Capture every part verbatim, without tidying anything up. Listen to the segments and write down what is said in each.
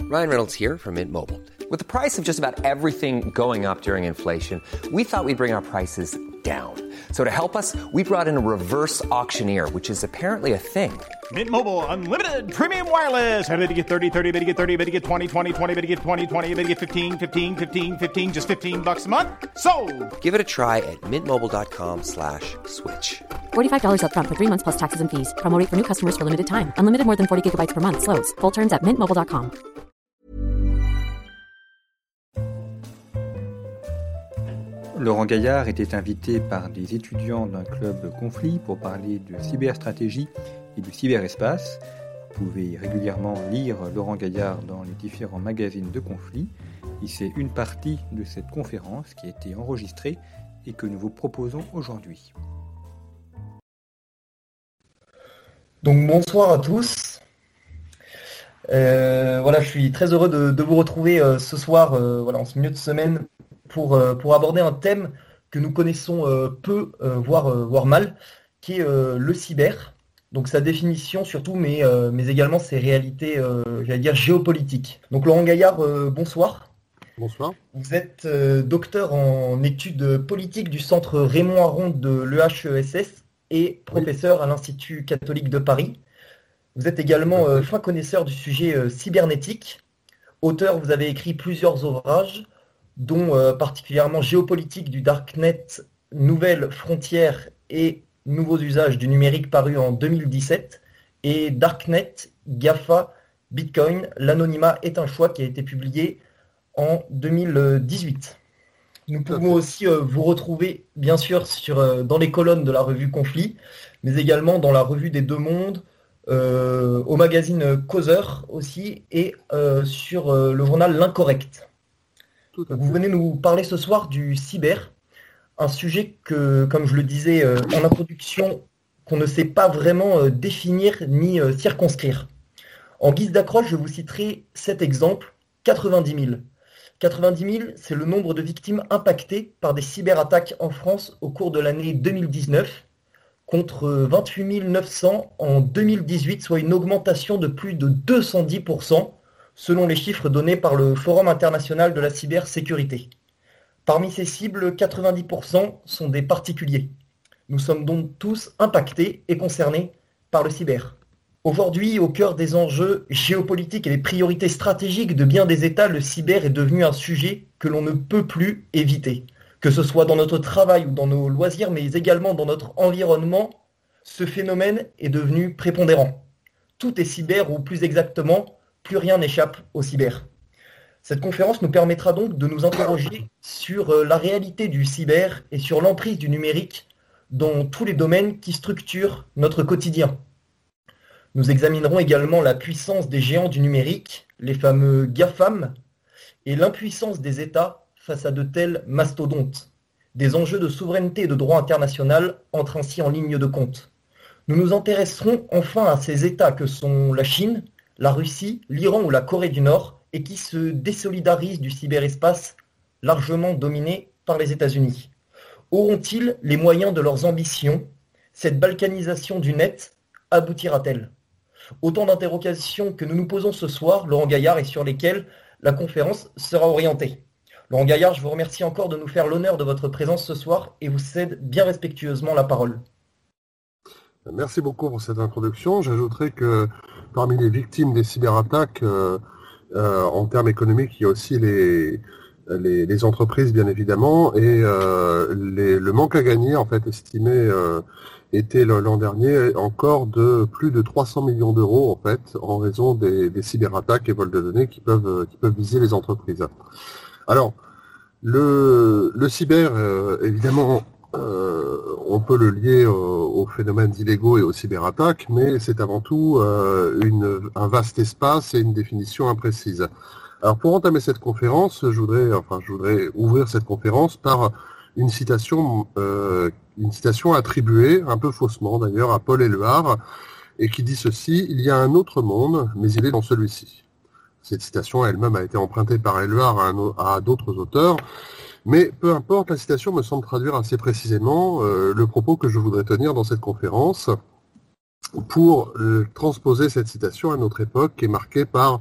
Ryan Reynolds here from Mint Mobile. With the price of just about everything going up during inflation, we thought we'd bring our prices down. So to help us, we brought in a reverse auctioneer, which is apparently a thing. Mint Mobile Unlimited Premium Wireless. How to get thirty, thirty, how to get thirty, how to get twenty, twenty, twenty, how to get twenty, twenty, how to get fifteen, fifteen, fifteen, fifteen, just fifteen bucks a month? Sold! Give it a try at mintmobile.com slash switch. forty-five dollars up front for three months plus taxes and fees. Promo rate for new customers for limited time. Unlimited more than forty gigabytes per month. Slows full terms at mint mobile dot com. Laurent Gaillard était invité par des étudiants d'un club Conflit pour parler de cyberstratégie et du cyberespace. Vous pouvez régulièrement lire Laurent Gaillard dans les différents magazines de Conflit. Et c'est une partie de cette conférence qui a été enregistrée et que nous vous proposons aujourd'hui. Donc bonsoir à tous. Euh, voilà, je suis très heureux de, de vous retrouver euh, ce soir, euh, voilà, en ce milieu de semaine, pour, euh, pour aborder un thème que nous connaissons euh, peu, euh, voire, euh, voire mal, qui est euh, le cyber. Donc sa définition surtout, mais, euh, mais également ses réalités, euh, j'allais dire, géopolitiques. Donc Laurent Gaillard, euh, bonsoir. Bonsoir. Vous êtes euh, docteur en études politiques du centre Raymond Aron de l'E H E S S et professeur oui. à l'Institut catholique de Paris. Vous êtes également euh, fin connaisseur du sujet euh, cybernétique. Auteur, vous avez écrit plusieurs ouvrages, dont euh, particulièrement Géopolitique du Darknet, Nouvelles frontières et nouveaux usages du numérique paru en deux mille dix-sept, et Darknet, GAFA, Bitcoin, l'anonymat est un choix qui a été publié en deux mille dix-huit. Nous pouvons aussi euh, vous retrouver bien sûr sur, euh, dans les colonnes de la revue Conflit, mais également dans la revue des Deux Mondes, euh, au magazine Causeur aussi, et euh, sur euh, le journal L'Incorrect. Vous venez nous parler ce soir du cyber, un sujet que, comme je le disais euh, en introduction, qu'on ne sait pas vraiment euh, définir ni euh, circonscrire. En guise d'accroche, je vous citerai cet exemple, quatre-vingt-dix mille. quatre-vingt-dix mille, c'est le nombre de victimes impactées par des cyberattaques en France au cours de l'année deux mille dix-neuf, contre vingt-huit mille neuf cents en deux mille dix-huit, soit une augmentation de plus de deux cent dix pour cent, selon les chiffres donnés par le Forum international de la cybersécurité. Parmi ces cibles, quatre-vingt-dix pour cent sont des particuliers. Nous sommes donc tous impactés et concernés par le cyber. Aujourd'hui, au cœur des enjeux géopolitiques et des priorités stratégiques de bien des États, le cyber est devenu un sujet que l'on ne peut plus éviter. Que ce soit dans notre travail ou dans nos loisirs, mais également dans notre environnement, ce phénomène est devenu prépondérant. Tout est cyber, ou plus exactement, plus rien n'échappe au cyber. Cette conférence nous permettra donc de nous interroger sur la réalité du cyber et sur l'emprise du numérique dans tous les domaines qui structurent notre quotidien. Nous examinerons également la puissance des géants du numérique, les fameux GAFAM, et l'impuissance des États face à de tels mastodontes. Des enjeux de souveraineté et de droit international entrent ainsi en ligne de compte. Nous nous intéresserons enfin à ces États que sont la Chine, la Russie, l'Iran ou la Corée du Nord, et qui se désolidarisent du cyberespace largement dominé par les États-Unis. Auront-ils les moyens de leurs ambitions? Cette balkanisation du net aboutira-t-elle? Autant d'interrogations que nous nous posons ce soir, Laurent Gaillard, et sur lesquelles la conférence sera orientée. Laurent Gaillard, je vous remercie encore de nous faire l'honneur de votre présence ce soir et vous cède bien respectueusement la parole. Merci beaucoup pour cette introduction. J'ajouterai que parmi les victimes des cyberattaques, euh, euh, en termes économiques, il y a aussi les, les, les entreprises, bien évidemment, et euh, les, le manque à gagner, en fait, estimé euh, était l'an dernier encore de plus de trois cents millions d'euros, en fait, en raison des, des cyberattaques et vols de données qui peuvent, qui peuvent viser les entreprises. Alors, le, le cyber, euh, évidemment, euh, on peut le lier euh, aux phénomènes illégaux et aux cyberattaques, mais c'est avant tout euh, une, un vaste espace et une définition imprécise. Alors, pour entamer cette conférence, je voudrais, enfin, je voudrais ouvrir cette conférence par une citation, euh, une citation attribuée, un peu faussement d'ailleurs, à Paul Éluard, et qui dit ceci: « Il y a un autre monde, mais il est dans celui-ci ». Cette citation elle-même a été empruntée par Éluard à, un, à d'autres auteurs, mais peu importe, la citation me semble traduire assez précisément euh, le propos que je voudrais tenir dans cette conférence pour euh, transposer cette citation à notre époque qui est marquée par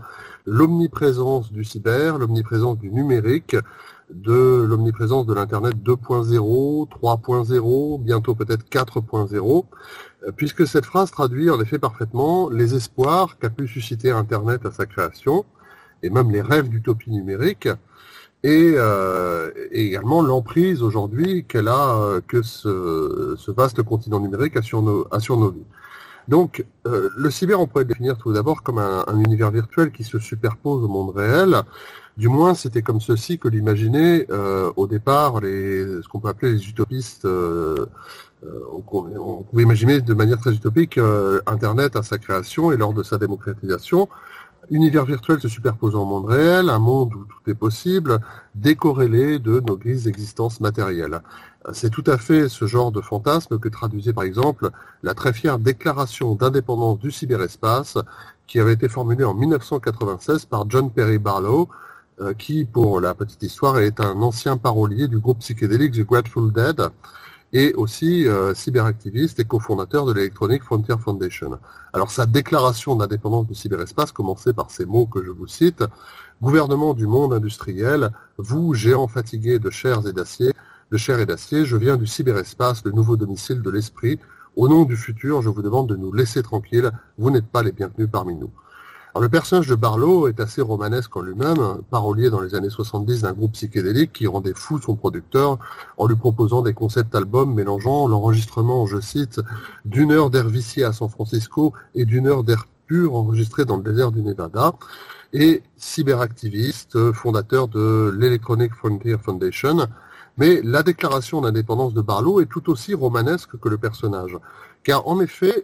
l'omniprésence du cyber, l'omniprésence du numérique, de l'omniprésence de l'Internet deux point zéro, trois point zéro, bientôt peut-être quatre point zéro, puisque cette phrase traduit en effet parfaitement les espoirs qu'a pu susciter Internet à sa création, et même les rêves d'utopie numérique, et, euh, et également l'emprise aujourd'hui qu'elle a, euh, que ce, ce vaste continent numérique a sur nos, a sur nos vies. Donc, euh, le cyber, on pourrait le définir tout d'abord comme un, un univers virtuel qui se superpose au monde réel. Du moins, c'était comme ceci que l'imaginaient euh, au départ les, ce qu'on peut appeler les utopistes. Euh, euh, on, on pouvait imaginer de manière très utopique euh, Internet à sa création et lors de sa démocratisation. Univers virtuel se superposant au monde réel, un monde où tout est possible, décorrélé de nos grises d'existence matérielle. C'est tout à fait ce genre de fantasme que traduisait par exemple la très fière déclaration d'indépendance du cyberespace qui avait été formulée en mille neuf cent quatre-vingt-seize par John Perry Barlow, euh, qui, pour la petite histoire, est un ancien parolier du groupe psychédélique The Grateful Dead, et aussi euh, cyberactiviste et cofondateur de l'Electronic Frontier Foundation. Alors sa déclaration d'indépendance du cyberespace commençait par ces mots que je vous cite: « Gouvernement du monde industriel, vous, géants fatigués de chair et d'acier, de chair et d'acier, je viens du cyberespace, le nouveau domicile de l'esprit. Au nom du futur, je vous demande de nous laisser tranquilles, vous n'êtes pas les bienvenus parmi nous. » Alors, le personnage de Barlow est assez romanesque en lui-même, parolier dans les années soixante-dix d'un groupe psychédélique qui rendait fou son producteur en lui proposant des concept albums mélangeant l'enregistrement, je cite, d'une heure d'air vicié à San Francisco et d'une heure d'air pur enregistré dans le désert du Nevada, et cyberactiviste, fondateur de l'Electronic Frontier Foundation. Mais la déclaration d'indépendance de Barlow est tout aussi romanesque que le personnage, car en effet,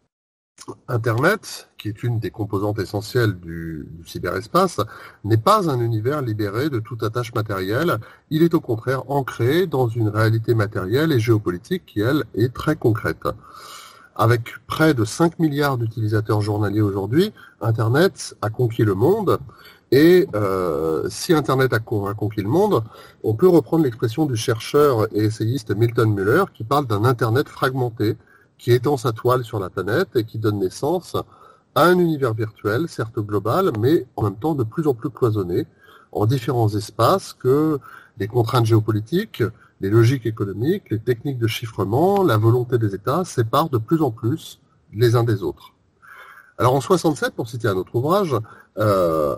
Internet, qui est une des composantes essentielles du, du cyberespace, n'est pas un univers libéré de toute attache matérielle. Il est au contraire ancré dans une réalité matérielle et géopolitique qui, elle, est très concrète. Avec près de cinq milliards d'utilisateurs journaliers aujourd'hui, Internet a conquis le monde. Et euh, si Internet a, con, a conquis le monde, on peut reprendre l'expression du chercheur et essayiste Milton Muller qui parle d'un Internet fragmenté, qui étend sa toile sur la planète et qui donne naissance à un univers virtuel, certes global, mais en même temps de plus en plus cloisonné, en différents espaces que les contraintes géopolitiques, les logiques économiques, les techniques de chiffrement, la volonté des États séparent de plus en plus les uns des autres. Alors en soixante-sept, pour citer un autre ouvrage, euh,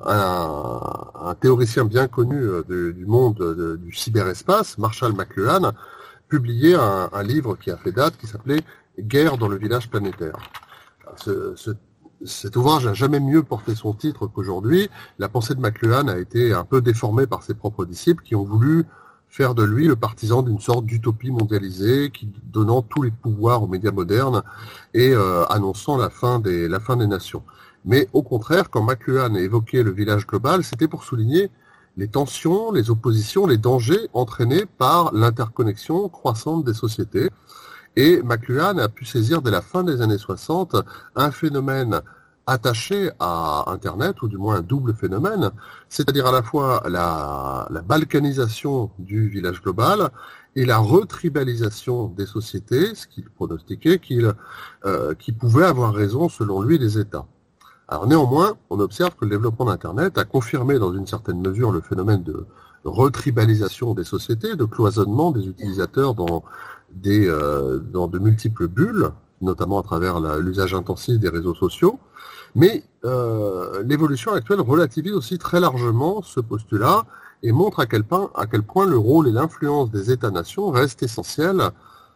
un, un théoricien bien connu de, du monde de, du cyberespace, Marshall McLuhan, publiait un, un livre qui a fait date, qui s'appelait Guerre dans le village planétaire. Ce, ce, cet ouvrage n'a jamais mieux porté son titre qu'aujourd'hui. La pensée de McLuhan a été un peu déformée par ses propres disciples qui ont voulu faire de lui le partisan d'une sorte d'utopie mondialisée qui donnant tous les pouvoirs aux médias modernes et euh, annonçant la fin des, la fin des nations. Mais au contraire, quand McLuhan a évoqué le village global, c'était pour souligner les tensions, les oppositions, les dangers entraînés par l'interconnexion croissante des sociétés. Et McLuhan a pu saisir dès la fin des années soixante un phénomène attaché à Internet, ou du moins un double phénomène, c'est-à-dire à la fois la, la balkanisation du village global et la retribalisation des sociétés, ce qu'il pronostiquait qu'il euh, qui pouvait avoir raison selon lui des États. Alors néanmoins, on observe que le développement d'Internet a confirmé dans une certaine mesure le phénomène de retribalisation des sociétés, de cloisonnement des utilisateurs dans Des, euh, dans de multiples bulles, notamment à travers la, l'usage intensif des réseaux sociaux. Mais euh, l'évolution actuelle relativise aussi très largement ce postulat et montre à quel point, à quel point le rôle et l'influence des États-nations restent essentiels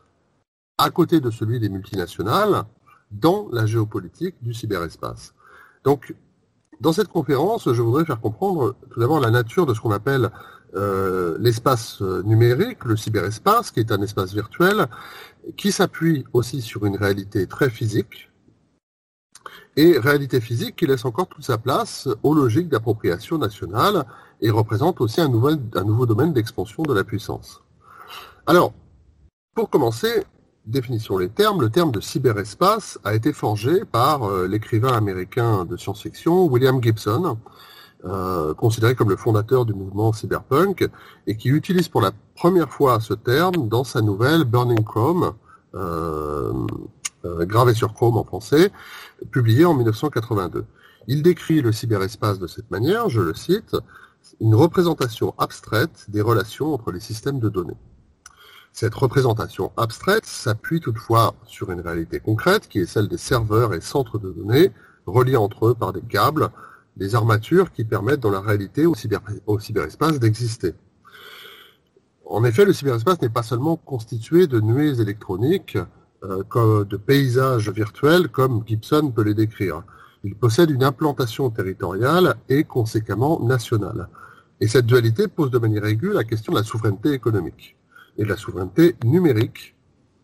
à côté de celui des multinationales dans la géopolitique du cyberespace. Donc, dans cette conférence, je voudrais faire comprendre tout d'abord la nature de ce qu'on appelle Euh, l'espace numérique, le cyberespace, qui est un espace virtuel, qui s'appuie aussi sur une réalité très physique, et réalité physique qui laisse encore toute sa place aux logiques d'appropriation nationale et représente aussi un, nouvel, un nouveau domaine d'expansion de la puissance. Alors, pour commencer, définissons les termes. Le terme de cyberespace a été forgé par euh, l'écrivain américain de science-fiction William Gibson, Euh, considéré comme le fondateur du mouvement cyberpunk, et qui utilise pour la première fois ce terme dans sa nouvelle Burning Chrome, euh, euh, gravée sur Chrome en français, publiée en mille neuf cent quatre-vingt-deux. Il décrit le cyberespace de cette manière, je le cite, une représentation abstraite des relations entre les systèmes de données. Cette représentation abstraite s'appuie toutefois sur une réalité concrète qui est celle des serveurs et centres de données reliés entre eux par des câbles, des armatures qui permettent dans la réalité au, cyber, au cyberespace d'exister. En effet, le cyberespace n'est pas seulement constitué de nuées électroniques, euh, comme de paysages virtuels comme Gibson peut les décrire. Il possède une implantation territoriale et conséquemment nationale. Et cette dualité pose de manière aiguë la question de la souveraineté économique et de la souveraineté numérique,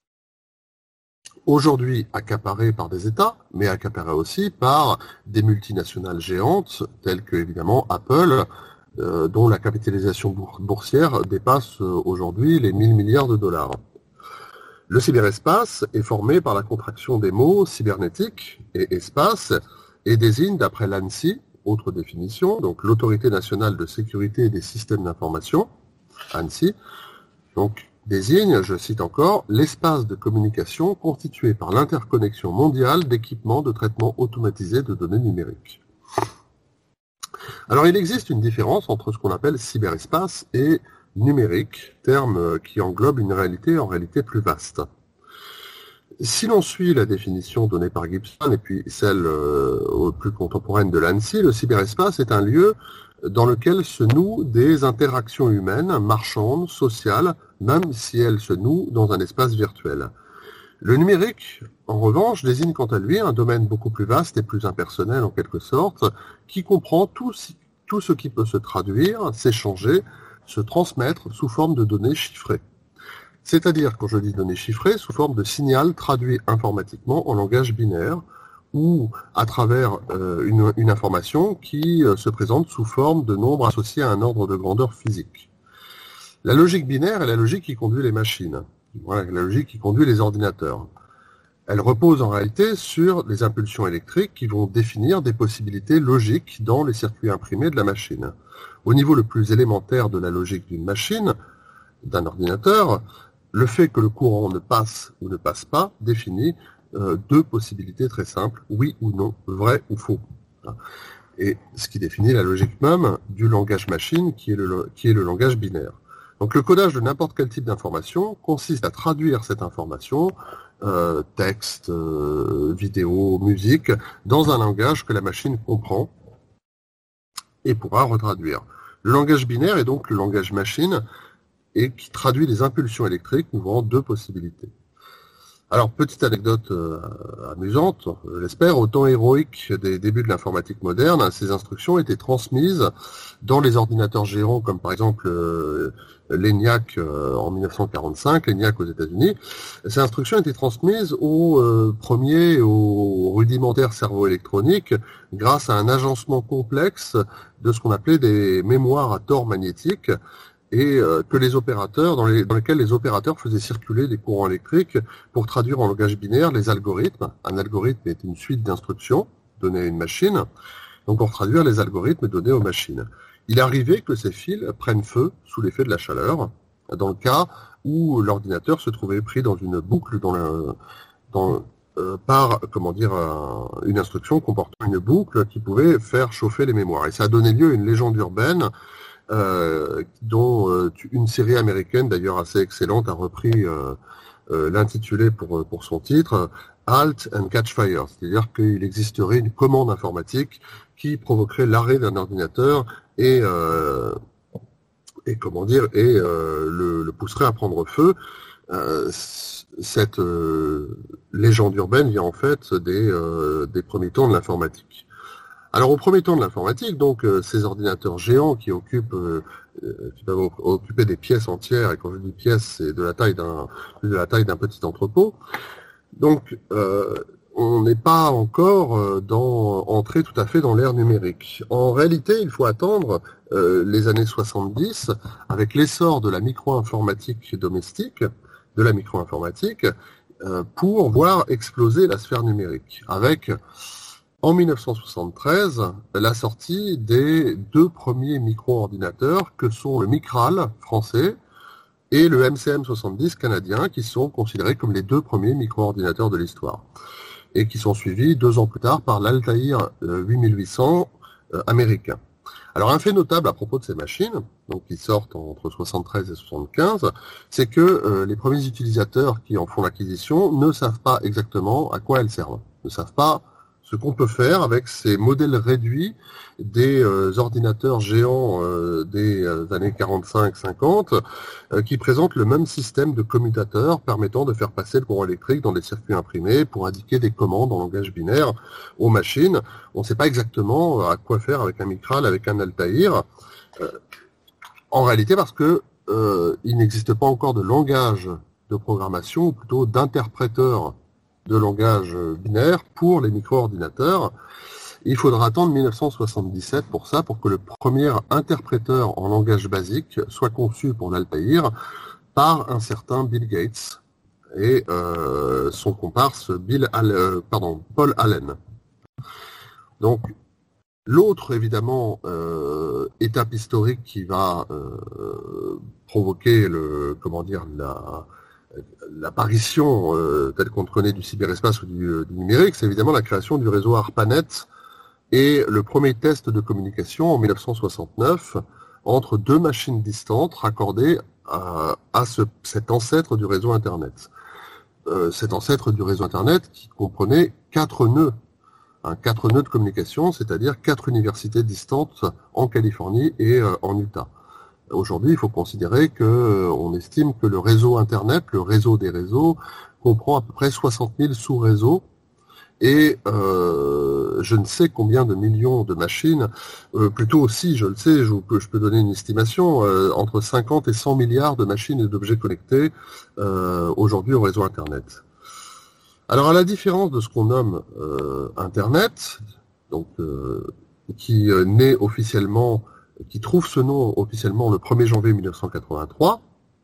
aujourd'hui accaparée par des États, mais accaparée aussi par des multinationales géantes, telles que évidemment Apple, euh, dont la capitalisation boursière dépasse euh, aujourd'hui les mille milliards de dollars. Le cyberespace est formé par la contraction des mots cybernétique et espace et désigne, d'après l'ANSSI, autre définition, donc l'Autorité nationale de sécurité des systèmes d'information, ANSSI, donc désigne, je cite encore, l'espace de communication constitué par l'interconnexion mondiale d'équipements de traitement automatisé de données numériques. Alors il existe une différence entre ce qu'on appelle cyberespace et numérique, terme qui englobe une réalité en réalité plus vaste. Si l'on suit la définition donnée par Gibson et puis celle euh, plus contemporaine de l'ANSSI, le cyberespace est un lieu dans lequel se nouent des interactions humaines, marchandes, sociales, même si elles se nouent dans un espace virtuel. Le numérique, en revanche, désigne quant à lui un domaine beaucoup plus vaste et plus impersonnel en quelque sorte, qui comprend tout, tout ce qui peut se traduire, s'échanger, se transmettre sous forme de données chiffrées. C'est-à-dire, quand je dis données chiffrées, sous forme de signal traduit informatiquement en langage binaire, ou à travers euh, une, une information qui euh, se présente sous forme de nombres associés à un ordre de grandeur physique. La logique binaire est la logique qui conduit les machines, voilà, la logique qui conduit les ordinateurs. Elle repose en réalité sur des impulsions électriques qui vont définir des possibilités logiques dans les circuits imprimés de la machine. Au niveau le plus élémentaire de la logique d'une machine, d'un ordinateur, le fait que le courant ne passe ou ne passe pas définit euh, deux possibilités très simples, oui ou non, vrai ou faux. Et ce qui définit la logique même du langage machine qui est le, qui est le langage binaire. Donc le codage de n'importe quel type d'information consiste à traduire cette information, euh, texte, euh, vidéo, musique, dans un langage que la machine comprend et pourra retraduire. Le langage binaire est donc le langage machine et qui traduit les impulsions électriques, nous voyons deux possibilités. Alors, petite anecdote euh, amusante, je l'espère, au temps héroïque des débuts de l'informatique moderne, ces instructions étaient transmises dans les ordinateurs géants, comme par exemple euh, l'ENIAC euh, en mille neuf cent quarante-cinq, l'ENIAC aux États-Unis. Ces instructions étaient transmises aux euh, premiers, aux rudimentaires cerveaux électroniques, grâce à un agencement complexe de ce qu'on appelait des mémoires à tort magnétique, et euh, que les opérateurs, dans, les, dans lesquels les opérateurs faisaient circuler des courants électriques pour traduire en langage binaire les algorithmes. Un algorithme est une suite d'instructions données à une machine, donc pour traduire les algorithmes donnés aux machines. Il arrivait que ces fils prennent feu sous l'effet de la chaleur, dans le cas où l'ordinateur se trouvait pris dans une boucle dans le, dans, euh, par comment dire, un, une instruction comportant une boucle qui pouvait faire chauffer les mémoires. Et ça a donné lieu à une légende urbaine Euh, dont euh, une série américaine d'ailleurs assez excellente a repris euh, euh, l'intitulé pour pour son titre Halt and Catch Fire, c'est-à-dire qu'il existerait une commande informatique qui provoquerait l'arrêt d'un ordinateur et euh, et comment dire et euh, le, le pousserait à prendre feu. Euh, cette euh, légende urbaine vient en fait des euh, des premiers temps de l'informatique. Alors au premier temps de l'informatique, donc euh, ces ordinateurs géants qui occupent, euh, qui peuvent occuper des pièces entières, et quand je dis pièces, c'est de la taille d'un, de la taille d'un petit entrepôt. Donc euh, on n'est pas encore euh, dans, entré tout à fait dans l'ère numérique. En réalité, il faut attendre euh, les années soixante-dix, avec l'essor de la micro-informatique domestique, de la micro-informatique, euh, pour voir exploser la sphère numérique, avec en mille neuf cent soixante-treize, la sortie des deux premiers micro-ordinateurs que sont le Micral français et le M C M soixante-dix canadien, qui sont considérés comme les deux premiers micro-ordinateurs de l'histoire. et qui sont suivis deux ans plus tard par l'Altair euh, huit mille huit cents euh, américain. Alors un fait notable à propos de ces machines, donc qui sortent entre soixante-treize et soixante-quinze, c'est que euh, les premiers utilisateurs qui en font l'acquisition ne savent pas exactement à quoi elles servent, ne savent pas ce qu'on peut faire avec ces modèles réduits des euh, ordinateurs géants euh, des euh, années quarante-cinq cinquante euh, qui présentent le même système de commutateur permettant de faire passer le courant électrique dans des circuits imprimés pour indiquer des commandes en langage binaire aux machines. On ne sait pas exactement à quoi faire avec un Micral, avec un Altair, euh, en réalité parce que euh, il n'existe pas encore de langage de programmation, ou plutôt d'interpréteur de langage binaire pour les micro-ordinateurs. Il faudra attendre mille neuf cent soixante-dix-sept pour ça, pour que le premier interpréteur en langage basique soit conçu pour l'Altair par un certain Bill Gates et euh, son comparse Bill All- euh, pardon, Paul Allen. Donc, l'autre, évidemment, euh, étape historique qui va euh, provoquer le, comment dire, la l'apparition euh, telle qu'on le connaît du cyberespace ou du, du numérique, c'est évidemment la création du réseau ARPANET et le premier test de communication en mille neuf cent soixante-neuf entre deux machines distantes raccordées à, à ce, cet ancêtre du réseau Internet. Euh, cet ancêtre du réseau Internet qui comprenait quatre nœuds, hein, quatre nœuds de communication, c'est-à-dire quatre universités distantes en Californie et euh, en Utah. Aujourd'hui, il faut considérer que euh, on estime que le réseau Internet, le réseau des réseaux, comprend à peu près soixante mille sous-réseaux et euh, je ne sais combien de millions de machines, euh, plutôt aussi, je le sais, je peux, je peux donner une estimation, euh, entre cinquante et cent milliards de machines et d'objets connectés euh, aujourd'hui au réseau Internet. Alors, à la différence de ce qu'on nomme euh, Internet, donc euh, qui euh, naît officiellement qui trouve ce nom officiellement le premier janvier mille neuf cent quatre-vingt-trois,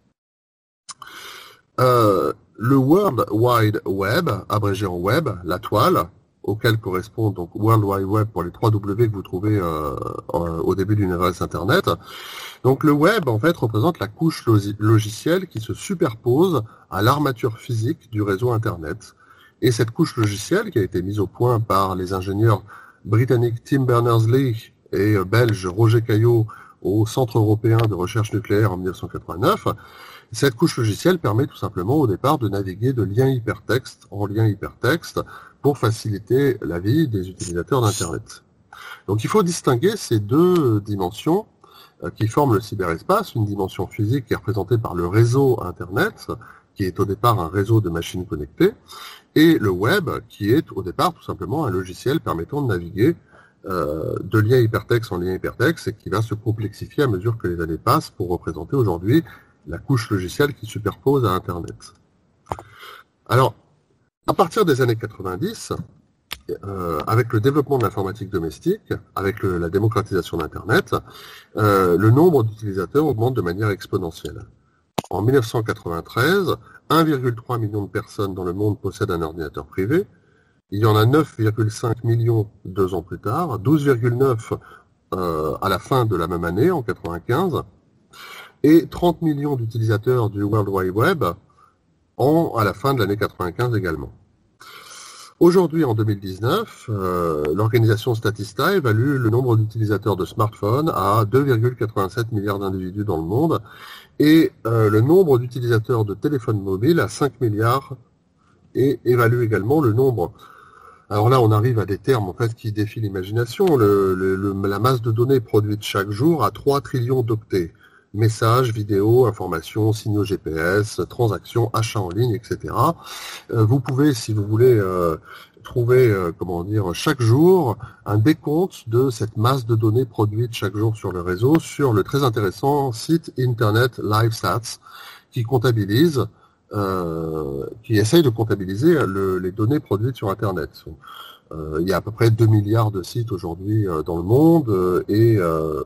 euh, le World Wide Web, abrégé en Web, la toile, auquel correspond donc World Wide Web pour les trois W que vous trouvez euh, euh, au début d'une adresse Internet. Donc le Web, en fait, représente la couche logicielle qui se superpose à l'armature physique du réseau Internet. Et cette couche logicielle, qui a été mise au point par les ingénieurs britanniques Tim Berners-Lee et belge Roger Caillot au Centre européen de recherche nucléaire en mille neuf cent quatre-vingt-neuf, cette couche logicielle permet tout simplement au départ de naviguer de lien hypertexte en lien hypertexte pour faciliter la vie des utilisateurs d'Internet. Donc il faut distinguer ces deux dimensions qui forment le cyberespace, une dimension physique qui est représentée par le réseau Internet, qui est au départ un réseau de machines connectées, et le web, qui est au départ tout simplement un logiciel permettant de naviguer Euh, de lien hypertexte en lien hypertexte et qui va se complexifier à mesure que les années passent pour représenter aujourd'hui la couche logicielle qui superpose à Internet. Alors, à partir des années quatre-vingt-dix, euh, avec le développement de l'informatique domestique, avec le, la démocratisation d'Internet, euh, le nombre d'utilisateurs augmente de manière exponentielle. En mille neuf cent quatre-vingt-treize, un virgule trois million de personnes dans le monde possèdent un ordinateur privé. Il y en a neuf virgule cinq millions deux ans plus tard, douze virgule neuf euh, à la fin de la même année, en quatre-vingt-quinze, et trente millions d'utilisateurs du World Wide Web en, à la fin de l'année quatre-vingt-quinze également. Aujourd'hui, en deux mille dix-neuf, euh, l'organisation Statista évalue le nombre d'utilisateurs de smartphones à deux virgule quatre-vingt-sept milliards d'individus dans le monde et euh, le nombre d'utilisateurs de téléphones mobiles à cinq milliards et évalue également le nombre. Alors là, on arrive à des termes en fait qui défient l'imagination. Le, le, le, la masse de données produite chaque jour à trois trillions d'octets. Messages, vidéos, informations, signaux G P S, transactions, achats en ligne, et cetera. Euh, vous pouvez, si vous voulez, euh, trouver, euh, comment dire, chaque jour un décompte de cette masse de données produite chaque jour sur le réseau sur le très intéressant site Internet LiveStats qui comptabilise Euh, qui essaye de comptabiliser le, les données produites sur Internet. Euh, il y a à peu près deux milliards de sites aujourd'hui euh, dans le monde euh, et euh,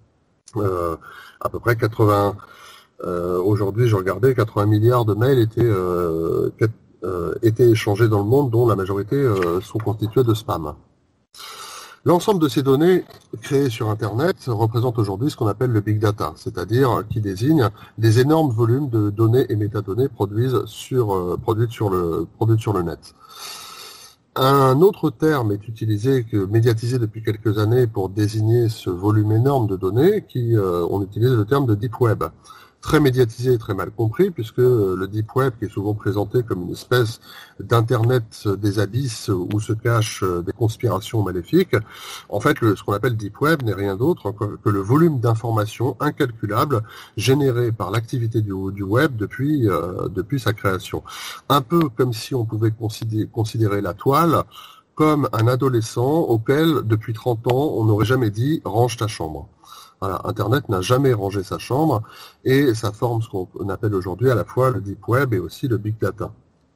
euh, à peu près quatre-vingts. Euh, aujourd'hui, je regardais, quatre-vingts milliards de mails étaient, euh, euh, étaient échangés dans le monde, dont la majorité euh, sont constitués de spam. L'ensemble de ces données créées sur Internet représente aujourd'hui ce qu'on appelle le big data, c'est-à-dire qui désigne des énormes volumes de données et métadonnées produites sur, euh, produites sur, le, produites sur le net. Un autre terme est utilisé, que, médiatisé depuis quelques années pour désigner ce volume énorme de données, qui euh, on utilise le terme de Deep Web. Très médiatisé et très mal compris, puisque le Deep Web, qui est souvent présenté comme une espèce d'Internet des abysses où se cachent des conspirations maléfiques, en fait, le, ce qu'on appelle Deep Web n'est rien d'autre que le volume d'informations incalculables générées par l'activité du, du Web depuis, euh, depuis sa création. Un peu comme si on pouvait considérer, considérer la toile comme un adolescent auquel, depuis trente ans, on n'aurait jamais dit « range ta chambre ». Voilà, Internet n'a jamais rangé sa chambre et ça forme ce qu'on appelle aujourd'hui à la fois le Deep Web et aussi le Big Data.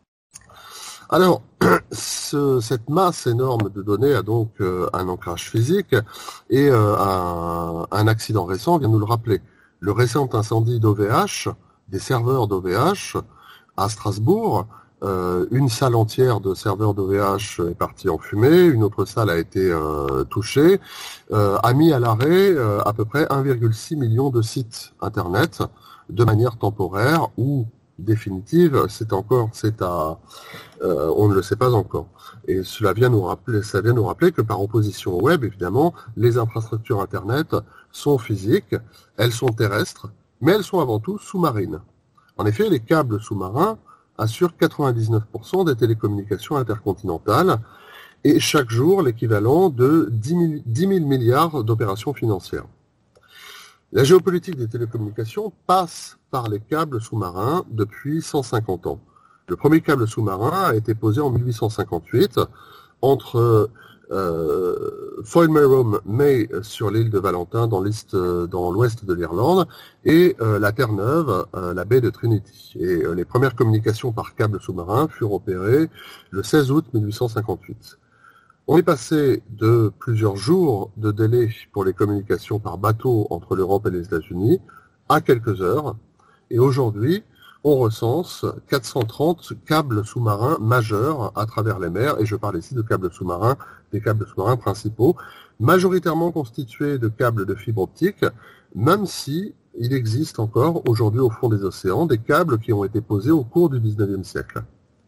Alors, ce, cette masse énorme de données a donc euh, un ancrage physique et euh, un, un accident récent vient nous le rappeler. Le récent incendie d'O V H, des serveurs d'O V H à Strasbourg, Euh, une salle entière de serveurs d'O V H est partie en fumée, une autre salle a été euh, touchée, euh, a mis à l'arrêt euh, à peu près un virgule six million de sites internet de manière temporaire ou définitive, c'est encore, c'est à, euh, on ne le sait pas encore. Et cela vient nous rappeler, ça vient nous rappeler que par opposition au web, évidemment, les infrastructures internet sont physiques, elles sont terrestres, mais elles sont avant tout sous-marines. En effet, les câbles sous-marins assure quatre-vingt-dix-neuf pour cent des télécommunications intercontinentales et chaque jour l'équivalent de dix mille milliards d'opérations financières. La géopolitique des télécommunications passe par les câbles sous-marins depuis cent cinquante ans. Le premier câble sous-marin a été posé en mille huit cent cinquante-huit entre euh, Foilmerom May sur l'île de Valentin dans l'est, dans l'ouest de l'Irlande et euh, la Terre-Neuve, euh, la baie de Trinity. Et euh, les premières communications par câble sous-marin furent opérées le seize août mille huit cent cinquante-huit. On est passé de plusieurs jours de délai pour les communications par bateau entre l'Europe et les États-Unis à quelques heures. Et aujourd'hui, on recense quatre cent trente câbles sous-marins majeurs à travers les mers, et je parle ici de câbles sous-marins, des câbles sous-marins principaux, majoritairement constitués de câbles de fibre optique, même si il existe encore aujourd'hui au fond des océans des câbles qui ont été posés au cours du dix-neuvième siècle.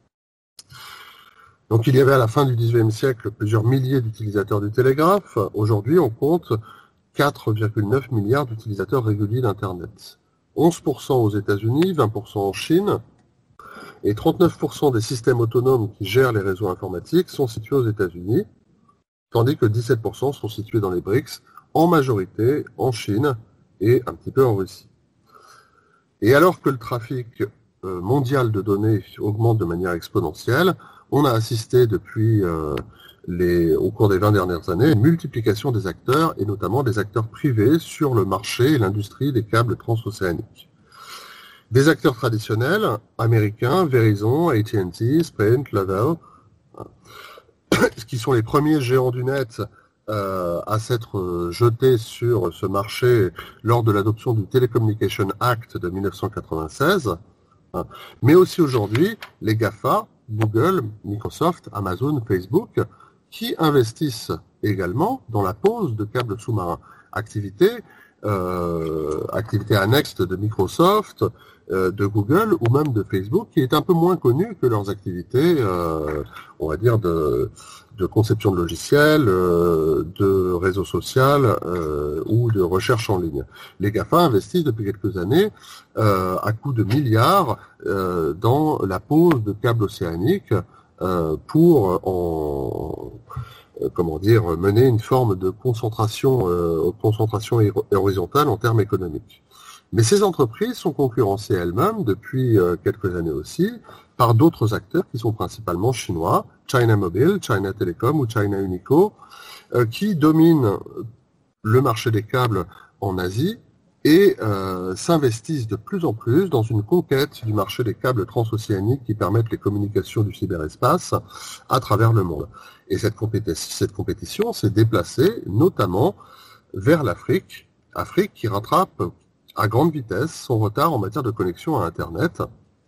Donc il y avait à la fin du dix-neuvième siècle plusieurs milliers d'utilisateurs du télégraphe. Aujourd'hui, on compte quatre virgule neuf milliards d'utilisateurs réguliers d'Internet. onze pour cent aux États-Unis, vingt pour cent en Chine, et trente-neuf pour cent des systèmes autonomes qui gèrent les réseaux informatiques sont situés aux États-Unis, tandis que dix-sept pour cent sont situés dans les B R I C S, en majorité en Chine et un petit peu en Russie. Et alors que le trafic mondial de données augmente de manière exponentielle, on a assisté depuis euh, les, au cours des vingt dernières années, une multiplication des acteurs, et notamment des acteurs privés sur le marché et l'industrie des câbles transocéaniques. Des acteurs traditionnels, américains, Verizon, A T and T, Sprint, Level, qui sont les premiers géants du net euh, à s'être jetés sur ce marché lors de l'adoption du Telecommunication Act de mille neuf cent quatre-vingt-seize, hein, mais aussi aujourd'hui, les GAFA, Google, Microsoft, Amazon, Facebook, qui investissent également dans la pose de câbles sous-marins. Activité, euh, activité annexe de Microsoft, euh, de Google ou même de Facebook, qui est un peu moins connue que leurs activités, euh, on va dire, de, de conception de logiciels, euh, de réseau social euh, ou de recherche en ligne. Les GAFA investissent depuis quelques années euh, à coût de milliards euh, dans la pose de câbles océaniques euh, pour en, euh, comment dire, mener une forme de concentration, euh, concentration horizontale en termes économiques. Mais ces entreprises sont concurrencées elles-mêmes depuis euh, quelques années aussi par d'autres acteurs qui sont principalement chinois, China Mobile, China Telecom ou China Unico, euh, qui dominent le marché des câbles en Asie et euh, s'investissent de plus en plus dans une conquête du marché des câbles transocéaniques qui permettent les communications du cyberespace à travers le monde. Et cette, compéti- cette compétition s'est déplacée notamment vers l'Afrique, Afrique qui rattrape à grande vitesse son retard en matière de connexion à Internet,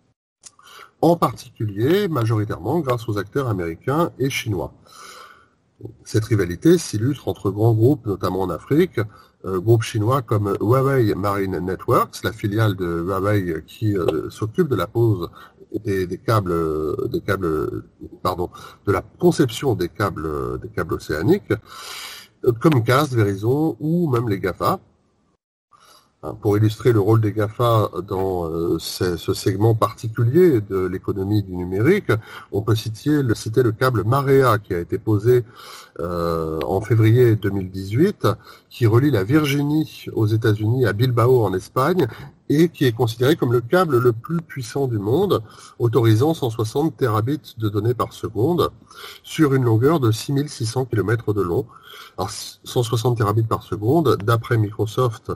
en particulier majoritairement grâce aux acteurs américains et chinois. Cette rivalité s'illustre entre grands groupes, notamment en Afrique, euh, groupes chinois comme Huawei Marine Networks, la filiale de Huawei qui euh, s'occupe de la pose des, des câbles, des câbles, pardon, de la conception des câbles, des câbles océaniques, euh, Comcast, Verizon ou même les GAFA. Pour illustrer le rôle des GAFA dans euh, ce, ce segment particulier de l'économie du numérique, on peut citer le, citer le câble Marea qui a été posé euh, en février deux mille dix-huit, qui relie la Virginie aux États-Unis à Bilbao en Espagne et qui est considéré comme le câble le plus puissant du monde, autorisant cent soixante terabits de données par seconde sur une longueur de six mille six cents kilomètres de long. Alors cent soixante terabits par seconde, d'après Microsoft,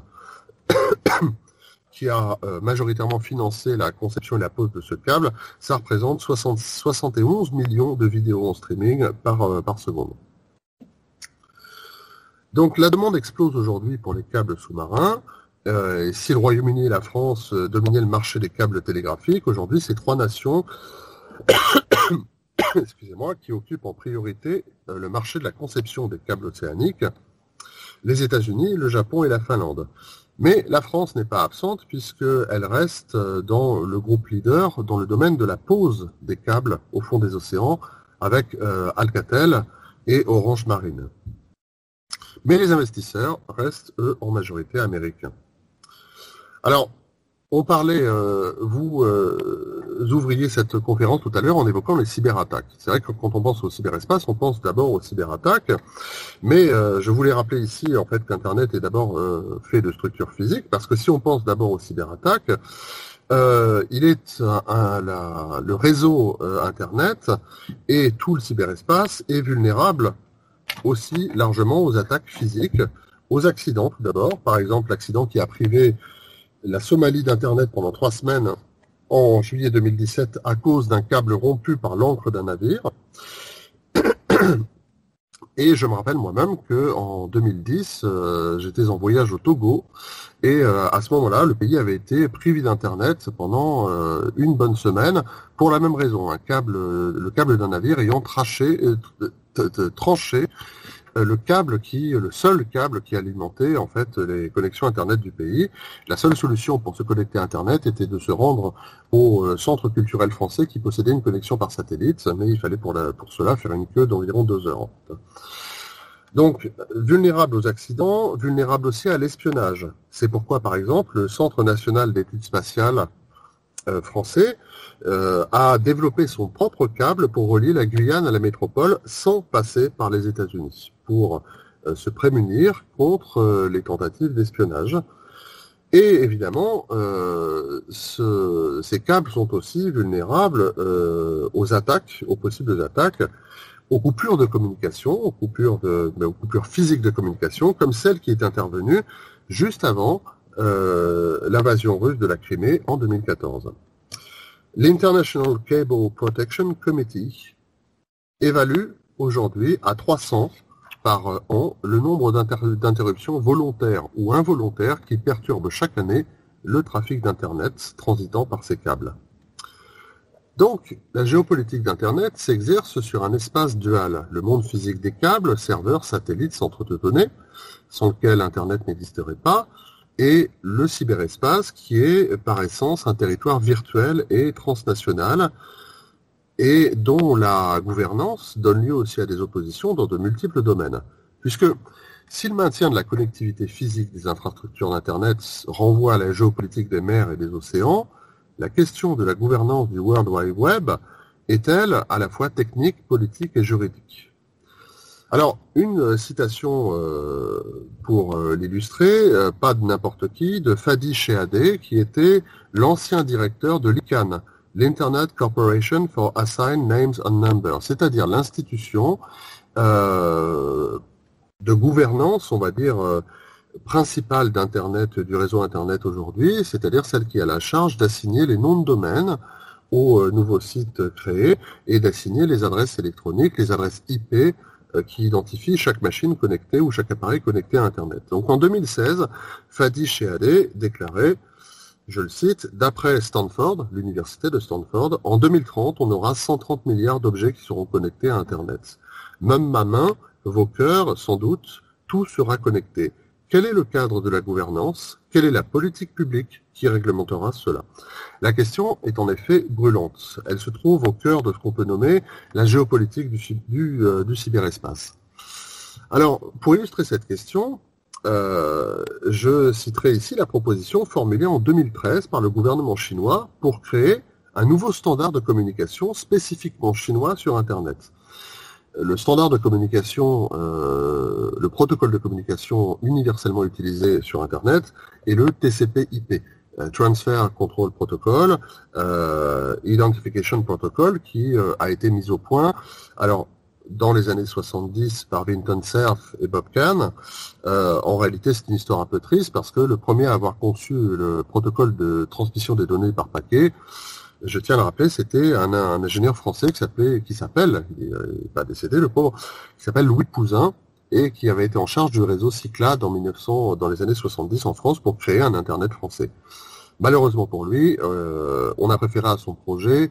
qui a euh, majoritairement financé la conception et la pose de ce câble, ça représente soixante, soixante et onze millions de vidéos en streaming par, euh, par seconde. Donc la demande explose aujourd'hui pour les câbles sous-marins. Euh, et si le Royaume-Uni et la France euh, dominaient le marché des câbles télégraphiques, aujourd'hui ces trois nations excusez-moi, qui occupent en priorité euh, le marché de la conception des câbles océaniques, les États-Unis, le Japon et la Finlande. Mais la France n'est pas absente puisqu'elle reste dans le groupe leader dans le domaine de la pose des câbles au fond des océans avec euh, Alcatel et Orange Marine. Mais les investisseurs restent, eux, en majorité américains. Alors, on parlait, euh, vous euh, ouvriez cette conférence tout à l'heure en évoquant les cyberattaques. C'est vrai que quand on pense au cyberespace, on pense d'abord aux cyberattaques, mais euh, je voulais rappeler ici en fait qu'Internet est d'abord euh, fait de structures physiques, parce que si on pense d'abord aux cyberattaques, euh, il est un, un, la, le réseau euh, Internet et tout le cyberespace est vulnérable aussi largement aux attaques physiques, aux accidents tout d'abord. Par exemple, l'accident qui a privé la Somalie d'Internet pendant trois semaines en juillet deux mille dix-sept à cause d'un câble rompu par l'ancre d'un navire. Et je me rappelle moi-même qu'en deux mille dix, euh, j'étais en voyage au Togo et euh, à ce moment-là, le pays avait été privé d'Internet pendant euh, une bonne semaine pour la même raison, un câble, le câble d'un navire ayant traché, euh, tranché le câble qui, le seul câble qui alimentait en fait les connexions Internet du pays. La seule solution pour se connecter à Internet était de se rendre au centre culturel français qui possédait une connexion par satellite, mais il fallait pour, la, pour cela faire une queue d'environ deux heures. Donc, vulnérable aux accidents, vulnérable aussi à l'espionnage. C'est pourquoi, par exemple, le Centre national d'études spatiales euh, français euh, a développé son propre câble pour relier la Guyane à la métropole sans passer par les États-Unis, pour euh, se prémunir contre euh, les tentatives d'espionnage. Et évidemment, euh, ce, ces câbles sont aussi vulnérables euh, aux attaques, aux possibles attaques, aux coupures de communication, aux coupures, de, aux coupures physiques de communication, comme celle qui est intervenue juste avant euh, l'invasion russe de la Crimée en deux mille quatorze. L'International Cable Protection Committee évalue aujourd'hui à trois cents par an le nombre d'inter- d'interruptions volontaires ou involontaires qui perturbent chaque année le trafic d'Internet transitant par ces câbles. Donc, la géopolitique d'Internet s'exerce sur un espace dual, le monde physique des câbles, serveurs, satellites, centres de données, sans lequel Internet n'existerait pas, et le cyberespace qui est par essence un territoire virtuel et transnational, et dont la gouvernance donne lieu aussi à des oppositions dans de multiples domaines. Puisque si le maintien de la connectivité physique des infrastructures d'Internet renvoie à la géopolitique des mers et des océans, la question de la gouvernance du World Wide Web est-elle à la fois technique, politique et juridique? Alors, une citation euh, pour euh, l'illustrer, euh, pas de n'importe qui, de Fadi Shehadeh, qui était l'ancien directeur de l'I C A N, l'Internet Corporation for Assigned Names and Numbers, c'est-à-dire l'institution euh, de gouvernance, on va dire, euh, principale d'Internet, du réseau Internet aujourd'hui, c'est-à-dire celle qui a la charge d'assigner les noms de domaine aux euh, nouveaux sites créés et d'assigner les adresses électroniques, les adresses I P euh, qui identifient chaque machine connectée ou chaque appareil connecté à Internet. Donc en deux mille seize, Fadi Shehadeh déclarait, je le cite, d'après Stanford, l'université de Stanford, en deux mille trente, on aura cent trente milliards d'objets qui seront connectés à Internet. Même ma main vos cœurs, sans doute, tout sera connecté. Quel est le cadre de la gouvernance? Quelle est la politique publique qui réglementera cela? La question est en effet brûlante. Elle se trouve au cœur de ce qu'on peut nommer la géopolitique du, du, euh, du cyberespace. Alors, pour illustrer cette question, euh, je citerai ici la proposition formulée en deux mille treize par le gouvernement chinois pour créer un nouveau standard de communication spécifiquement chinois sur Internet. Le standard de communication, euh, le protocole de communication universellement utilisé sur Internet est le T C P I P, euh, Transfer Control Protocol, euh, Identification Protocol, qui euh, a été mis au point. Alors, dans les années soixante-dix par Vinton Cerf et Bob Kahn. Euh, en réalité, c'est une histoire un peu triste parce que le premier à avoir conçu le protocole de transmission des données par paquet, je tiens à le rappeler, c'était un, un ingénieur français qui s'appelait, qui s'appelle, il n'est pas décédé, le pauvre, qui s'appelle Louis Pouzin et qui avait été en charge du réseau Cyclade en mille neuf cents, dans les années soixante-dix en France pour créer un Internet français. Malheureusement pour lui, euh, on a préféré à son projet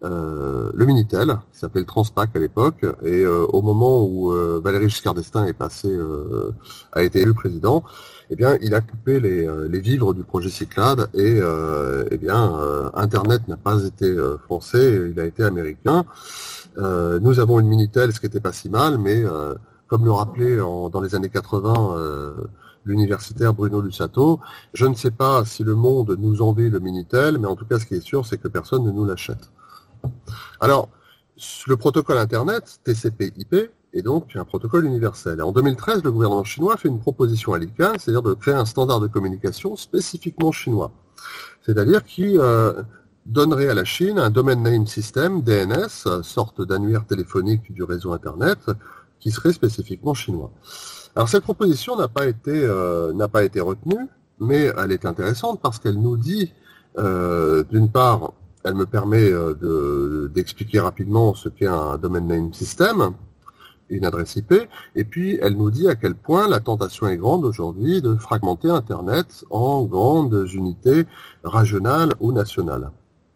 Euh, le Minitel, qui s'appelait le Transpac à l'époque, et euh, au moment où euh, Valéry Giscard d'Estaing est passé, euh, a été élu président, eh bien, il a coupé les, euh, les vivres du projet Cyclade et euh, eh bien, euh, Internet n'a pas été euh, français, il a été américain. Euh, nous avons une Minitel, ce qui n'était pas si mal, mais euh, comme le rappelait en, dans les années quatre-vingts euh, l'universitaire Bruno Lussato, je ne sais pas si le monde nous envie le Minitel, mais en tout cas, ce qui est sûr, c'est que personne ne nous l'achète. Alors, le protocole Internet, T C P I P, est donc un protocole universel. Et en deux mille treize, le gouvernement chinois fait une proposition à l'I C A N, c'est-à-dire de créer un standard de communication spécifiquement chinois. C'est-à-dire qui euh, donnerait à la Chine un Domain Name System, D N S, sorte d'annuaire téléphonique du réseau Internet, qui serait spécifiquement chinois. Alors cette proposition n'a pas été euh, n'a pas été retenue, mais elle est intéressante parce qu'elle nous dit, euh, d'une part, elle me permet de, d'expliquer rapidement ce qu'est un Domain Name System, une adresse I P, et puis elle nous dit à quel point la tentation est grande aujourd'hui de fragmenter Internet en grandes unités régionales ou nationales.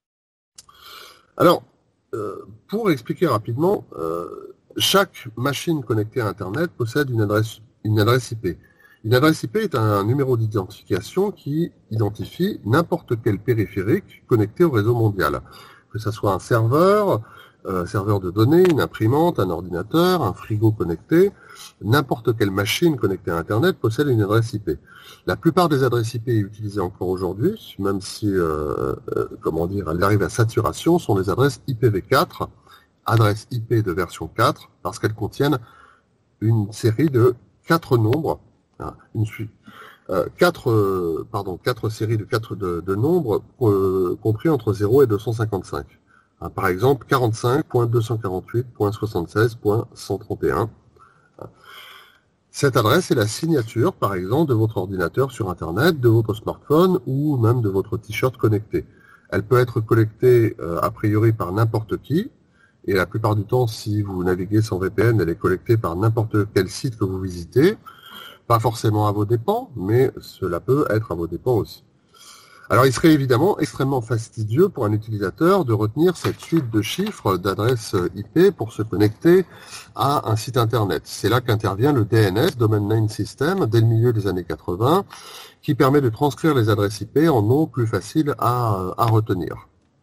Alors, euh, pour expliquer rapidement, euh, chaque machine connectée à Internet possède une adresse, une adresse I P. Une adresse I P est un numéro d'identification qui identifie n'importe quel périphérique connecté au réseau mondial. Que ce soit un serveur, un serveur de données, une imprimante, un ordinateur, un frigo connecté, n'importe quelle machine connectée à Internet possède une adresse I P. La plupart des adresses I P utilisées encore aujourd'hui, même si, euh, euh, comment dire, elles arrivent à saturation, sont les adresses I P v quatre, adresses I P de version quatre, parce qu'elles contiennent une série de quatre nombres, une suite, euh, quatre, euh, pardon, quatre séries de quatre de, de nombres euh, compris entre zéro et deux cent cinquante-cinq. Hein, par exemple, quarante-cinq point deux cent quarante-huit point soixante-seize point cent trente et un. Cette adresse est la signature, par exemple, de votre ordinateur sur Internet, de votre smartphone ou même de votre t-shirt connecté. Elle peut être collectée euh, a priori par n'importe qui, et la plupart du temps, si vous naviguez sans V P N, elle est collectée par n'importe quel site que vous visitez. Pas forcément à vos dépens, mais cela peut être à vos dépens aussi. Alors il serait évidemment extrêmement fastidieux pour un utilisateur de retenir cette suite de chiffres d'adresses I P pour se connecter à un site Internet. C'est là qu'intervient le D N S, Domain Name System, dès le milieu des années quatre-vingts, qui permet de transcrire les adresses I P en noms plus faciles à, à retenir.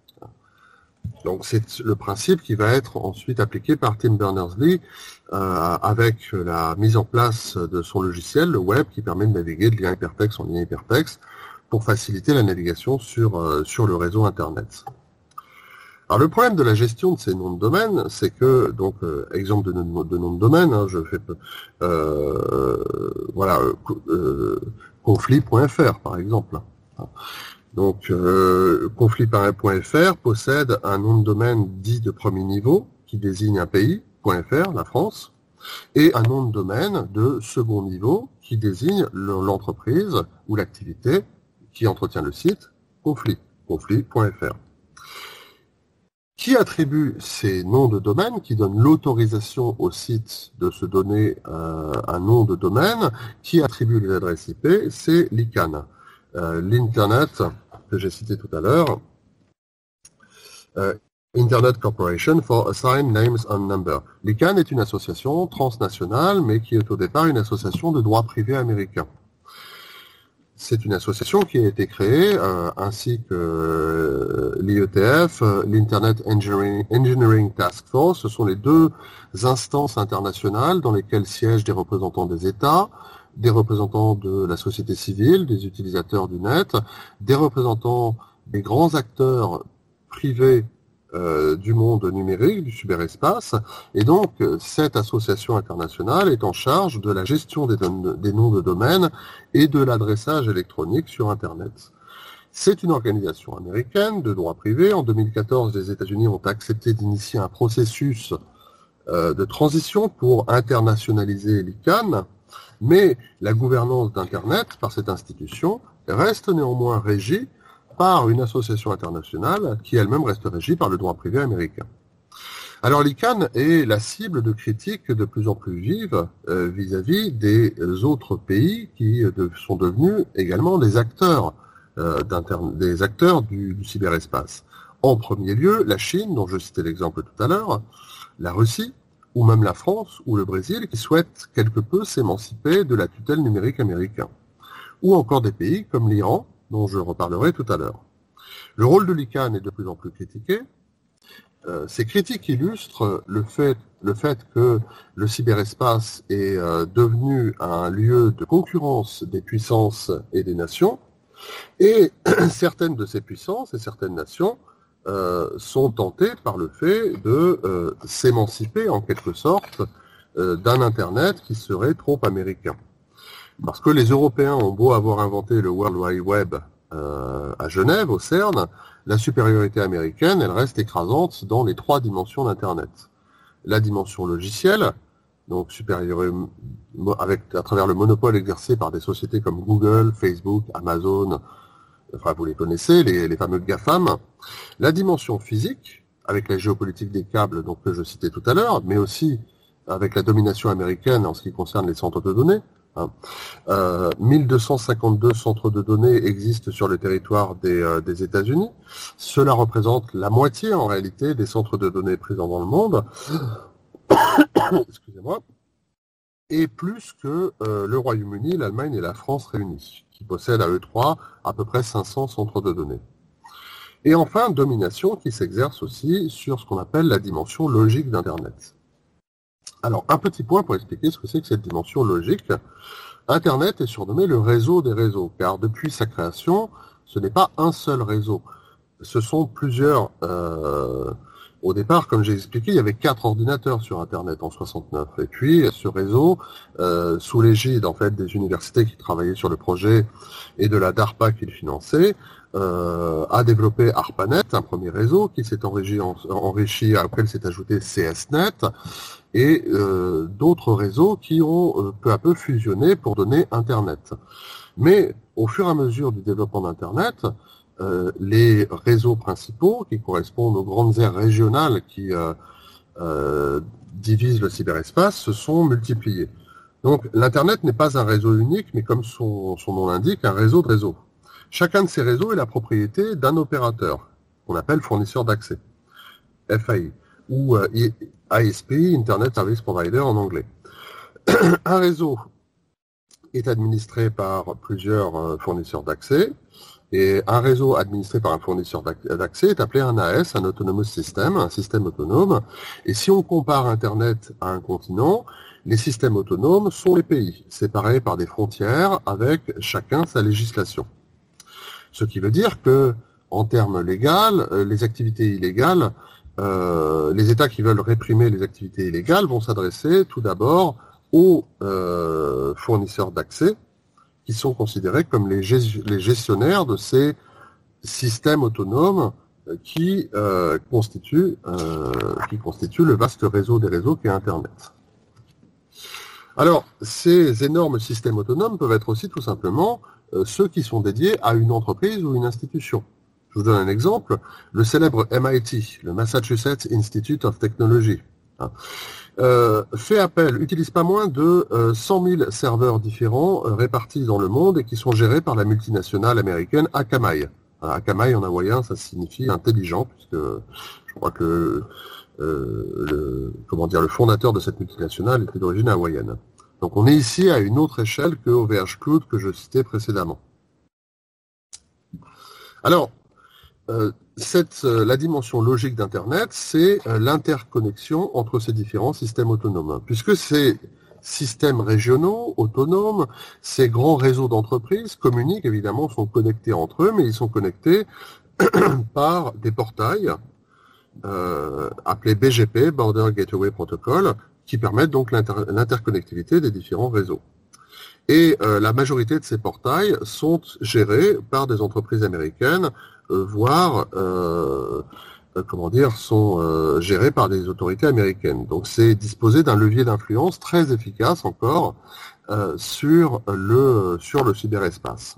Donc c'est le principe qui va être ensuite appliqué par Tim Berners-Lee euh, avec la mise en place de son logiciel, le web, qui permet de naviguer de lien hypertexte en lien hypertexte pour faciliter la navigation sur, euh, sur le réseau Internet. Alors le problème de la gestion de ces noms de domaine, c'est que, donc euh, exemple de, de nom de domaine, hein, je fais euh, voilà euh, conflit point f r par exemple. Donc, euh, conflit point f r possède un nom de domaine dit de premier niveau, qui désigne un pays, .fr, la France, et un nom de domaine de second niveau, qui désigne l'entreprise ou l'activité qui entretient le site, conflit, conflit point f r. Qui attribue ces noms de domaine, qui donne l'autorisation au site de se donner euh, un nom de domaine, qui attribue les adresses I P, c'est l'I C A N. Euh, L'Internet, que j'ai cité tout à l'heure, euh, Internet Corporation for Assigned Names and Number. L'I C A N est une association transnationale, mais qui est au départ une association de droit privé américain. C'est une association qui a été créée, euh, ainsi que euh, l'I E T F, euh, l'Internet Engineering, Engineering Task Force. Ce sont les deux instances internationales dans lesquelles siègent des représentants des États, des représentants de la société civile, des utilisateurs du net, des représentants des grands acteurs privés Euh, du monde numérique, du cyberespace, et donc cette association internationale est en charge de la gestion des, don- des noms de domaine et de l'adressage électronique sur Internet. C'est une organisation américaine de droit privé. En deux mille quatorze, les États-Unis ont accepté d'initier un processus euh, de transition pour internationaliser l'I C A N, mais la gouvernance d'Internet par cette institution reste néanmoins régie par une association internationale qui elle-même reste régie par le droit privé américain. Alors l'I C A N est la cible de critiques de plus en plus vives euh, vis-à-vis des autres pays qui de, sont devenus également des acteurs, euh, des acteurs du, du cyberespace. En premier lieu, la Chine, dont je citais l'exemple tout à l'heure, la Russie, ou même la France ou le Brésil, qui souhaitent quelque peu s'émanciper de la tutelle numérique américaine. Ou encore des pays comme l'Iran, dont je reparlerai tout à l'heure. Le rôle de l'I C A N est de plus en plus critiqué. Euh, ces critiques illustrent le fait, le fait que le cyberespace est euh, devenu un lieu de concurrence des puissances et des nations, et certaines de ces puissances et certaines nations euh, sont tentées par le fait de euh, s'émanciper en quelque sorte euh, d'un Internet qui serait trop américain. Parce que les Européens ont beau avoir inventé le World Wide Web euh, à Genève, au CERN, la supériorité américaine, elle reste écrasante dans les trois dimensions d'Internet. La dimension logicielle, donc supérieure avec, à travers le monopole exercé par des sociétés comme Google, Facebook, Amazon, enfin vous les connaissez, les, les fameux GAFAM. La dimension physique, avec la géopolitique des câbles donc, que je citais tout à l'heure, mais aussi avec la domination américaine en ce qui concerne les centres de données. Hein. Euh, mille deux cent cinquante-deux centres de données existent sur le territoire des, euh, des États-Unis. Cela représente la moitié en réalité des centres de données présents dans le monde. Excusez-moi. Et plus que euh, le Royaume-Uni, l'Allemagne et la France réunis, qui possèdent à eux trois à peu près cinq cents centres de données. Et enfin, domination qui s'exerce aussi sur ce qu'on appelle la dimension logique d'Internet. Alors, un petit point pour expliquer ce que c'est que cette dimension logique. Internet est surnommé le réseau des réseaux, car depuis sa création, ce n'est pas un seul réseau. Ce sont plusieurs... Euh, au départ, comme j'ai expliqué, il y avait quatre ordinateurs sur Internet en soixante-neuf. Et puis, ce réseau, euh, sous l'égide en fait des universités qui travaillaient sur le projet et de la DARPA qui le finançait, euh, a développé ARPANET, un premier réseau qui s'est enrichi, en, enrichi auquel s'est ajouté C S Net, et euh, d'autres réseaux qui ont euh, peu à peu fusionné pour donner Internet. Mais au fur et à mesure du développement d'Internet, euh, les réseaux principaux qui correspondent aux grandes aires régionales qui euh, euh, divisent le cyberespace se sont multipliés. Donc l'Internet n'est pas un réseau unique, mais comme son, son nom l'indique, un réseau de réseaux. Chacun de ces réseaux est la propriété d'un opérateur, qu'on appelle fournisseur d'accès, F A I, ou euh, I S P, Internet Service Provider en anglais. Un réseau est administré par plusieurs euh, fournisseurs d'accès, et un réseau administré par un fournisseur d'accès est appelé un A S, un Autonomous System, un système autonome. Et si on compare Internet à un continent, les systèmes autonomes sont les pays, séparés par des frontières avec chacun sa législation. Ce qui veut dire que, en termes légaux, les activités illégales, euh, les États qui veulent réprimer les activités illégales vont s'adresser tout d'abord aux euh, fournisseurs d'accès, qui sont considérés comme les, gest- les gestionnaires de ces systèmes autonomes qui, euh, constituent, euh, qui constituent le vaste réseau des réseaux qu'est Internet. Alors, ces énormes systèmes autonomes peuvent être aussi tout simplement euh, ceux qui sont dédiés à une entreprise ou une institution. Je vous donne un exemple, le célèbre M I T, le Massachusetts Institute of Technology, hein, euh, fait appel, utilise pas moins de euh, cent mille serveurs différents euh, répartis dans le monde et qui sont gérés par la multinationale américaine Akamai. Akamai en hawaïen, ça signifie intelligent, puisque je crois que euh, le, comment dire, le fondateur de cette multinationale était d'origine hawaïenne. Donc on est ici à une autre échelle que O V H Cloud que je citais précédemment. Alors, euh, cette, euh, la dimension logique d'Internet, c'est euh, l'interconnexion entre ces différents systèmes autonomes. Puisque ces systèmes régionaux, autonomes, ces grands réseaux d'entreprises communiquent, évidemment, sont connectés entre eux, mais ils sont connectés par des portails euh, appelés B G P, Border Gateway Protocol, qui permettent donc l'inter- l'interconnectivité des différents réseaux. Et euh, la majorité de ces portails sont gérés par des entreprises américaines, euh, voire, euh, euh, comment dire, sont euh, gérés par des autorités américaines. Donc c'est disposer d'un levier d'influence très efficace encore euh, sur le sur le cyberespace.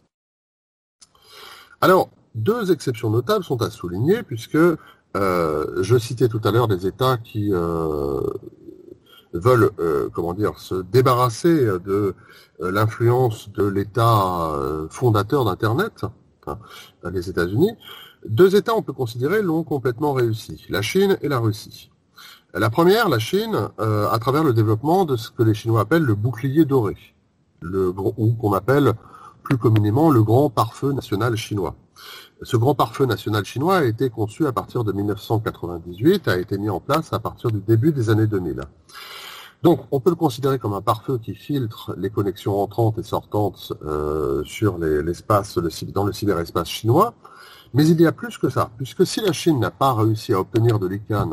Alors, deux exceptions notables sont à souligner, puisque euh, je citais tout à l'heure des États qui euh, veulent, euh, comment dire, se débarrasser de euh, l'influence de l'État euh, fondateur d'Internet, hein, les États-Unis. Deux États, on peut considérer, l'ont complètement réussi, la Chine et la Russie. La première, la Chine, euh, à travers le développement de ce que les Chinois appellent le bouclier doré, le, ou qu'on appelle plus communément le grand pare-feu national chinois. Ce grand pare-feu national chinois a été conçu à partir de mille neuf cent quatre-vingt-dix-huit, a été mis en place à partir du début des années deux mille. Donc, on peut le considérer comme un pare-feu qui filtre les connexions entrantes et sortantes euh, sur les, l'espace, le, dans le cyberespace chinois. Mais il y a plus que ça, puisque si la Chine n'a pas réussi à obtenir de l'I C A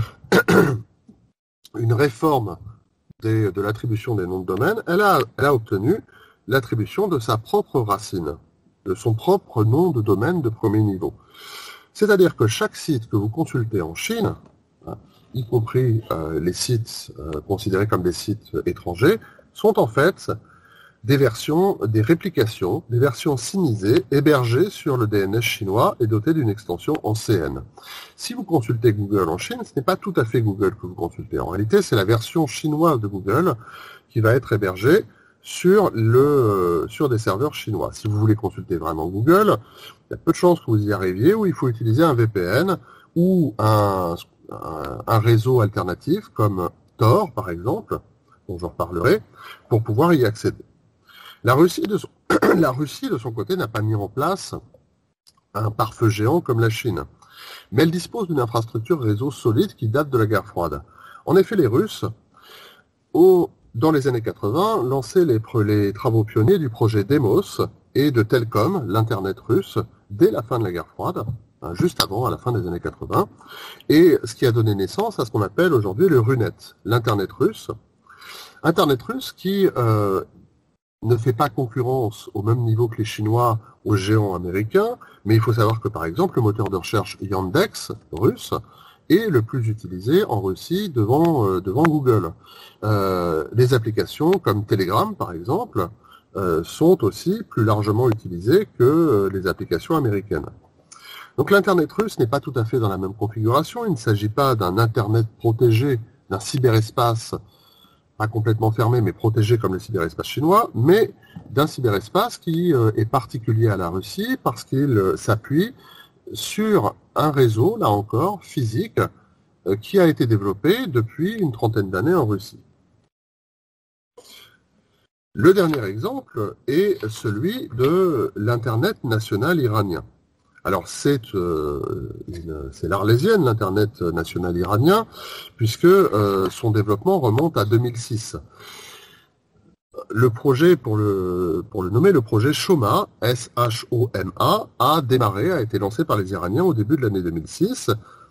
N une réforme des, de l'attribution des noms de domaine, elle a, elle a obtenu l'attribution de sa propre racine, de son propre nom de domaine de premier niveau. C'est-à-dire que chaque site que vous consultez en Chine, hein, y compris euh, les sites euh, considérés comme des sites étrangers, sont en fait des versions, des réplications, des versions sinisées, hébergées sur le D N S chinois et dotées d'une extension en C N. Si vous consultez Google en Chine, ce n'est pas tout à fait Google que vous consultez. En réalité, c'est la version chinoise de Google qui va être hébergée sur le sur des serveurs chinois. Si vous voulez consulter vraiment Google, il y a peu de chances que vous y arriviez, ou il faut utiliser un V P N ou un, un, un réseau alternatif comme Tor, par exemple, dont j'en reparlerai, pour pouvoir y accéder. La Russie, de son, la Russie, de son côté, n'a pas mis en place un pare-feu géant comme la Chine, mais elle dispose d'une infrastructure réseau solide qui date de la guerre froide. En effet, les Russes, au dans les années quatre-vingts, lançaient les, les travaux pionniers du projet Demos et de Telcom, l'Internet russe, dès la fin de la guerre froide, hein, juste avant, à la fin des années quatre-vingts, et ce qui a donné naissance à ce qu'on appelle aujourd'hui le RUNET, l'Internet russe. Internet russe qui euh, ne fait pas concurrence au même niveau que les Chinois aux géants américains, mais il faut savoir que, par exemple, le moteur de recherche Yandex russe est le plus utilisé en Russie devant, euh, devant Google. Euh, les applications comme Telegram, par exemple, euh, sont aussi plus largement utilisées que euh, les applications américaines. Donc l'Internet russe n'est pas tout à fait dans la même configuration. Il ne s'agit pas d'un Internet protégé, d'un cyberespace pas complètement fermé, mais protégé comme le cyberespace chinois, mais d'un cyberespace qui euh, est particulier à la Russie parce qu'il euh, s'appuie sur un réseau, là encore, physique, euh, qui a été développé depuis une trentaine d'années en Russie. Le dernier exemple est celui de l'Internet national iranien. Alors c'est euh, une, c'est l'Arlésienne, l'Internet national iranien, puisque euh, son développement remonte à deux mille six. Le projet, pour le, pour le nommer, le projet Shoma, S H O M A, a démarré, a été lancé par les Iraniens au début de l'année deux mille six.